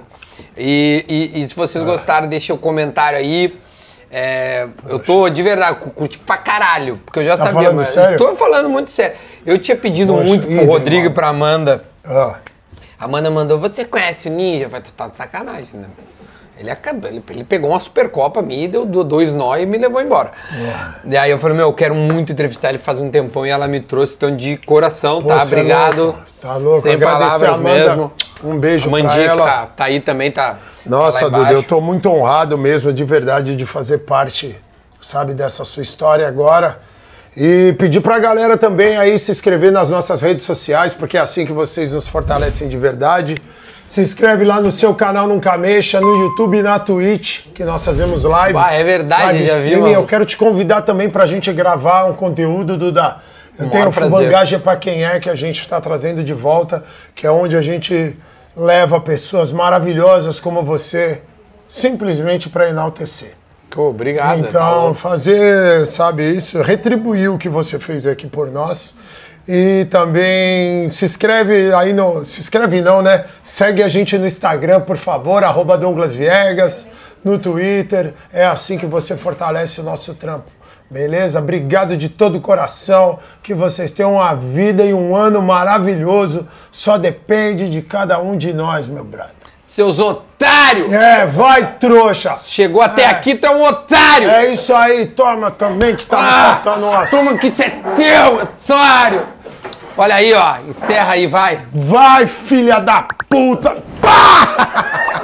E se vocês gostaram, deixem o comentário aí. Eu tô, de verdade, curti pra caralho, porque eu já sabia. Falando sério? Tô falando muito sério. Eu tinha pedido muito pro Rodrigo e pra Amanda. A Amanda mandou, você conhece o Ninja? Eu falei, tu tá de sacanagem, né? Ele pegou uma Supercopa minha, deu 2 nós e me levou embora. E aí eu falei, eu quero muito entrevistar ele faz um tempão e ela me trouxe, então de coração, tá? Obrigado. Tá louco, sem palavras mesmo. Um beijo pra Mandinha ela. Que tá aí também, tá. Nossa, Duda, eu tô muito honrado mesmo, de verdade, de fazer parte, sabe, dessa sua história agora. E pedir pra galera também aí se inscrever nas nossas redes sociais, porque é assim que vocês nos fortalecem de verdade. Se inscreve lá no seu canal Nunca Mexa, no YouTube e na Twitch, que nós fazemos live. É verdade, live já streaming. viu? Eu quero te convidar também pra gente gravar um conteúdo, Duda. Eu tenho o Fubangagem pra quem é, que a gente está trazendo de volta, que é onde a gente leva pessoas maravilhosas como você, simplesmente pra enaltecer. Obrigado. Então, fazer, sabe, isso, retribuir o que você fez aqui por nós. E também se inscreve aí no... Se inscreve não, né? Segue a gente no Instagram, por favor, @DouglasViegas, no Twitter. É assim que você fortalece o nosso trampo. Beleza? Obrigado de todo o coração. Que vocês tenham uma vida e um ano maravilhoso. Só depende de cada um de nós, meu brother. Seus otários! Vai, trouxa! Chegou até aqui, tu é um otário! É isso aí, toma também que tá me faltando uma... Toma que isso é teu, otário! Olha aí, ó, encerra aí, vai! Vai, filha da puta! Pá!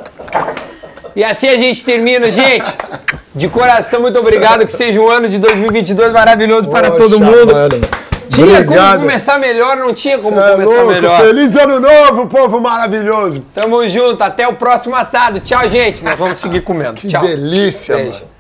E assim a gente termina, gente! De coração, muito obrigado, que seja um ano de 2022 maravilhoso para todo mundo! Mano. Tinha como começar melhor, não tinha como começar melhor. Feliz ano novo, povo maravilhoso. Tamo junto, até o próximo assado. Tchau, gente. Nós vamos seguir comendo. Que Tchau. delícia, Beijo. mano.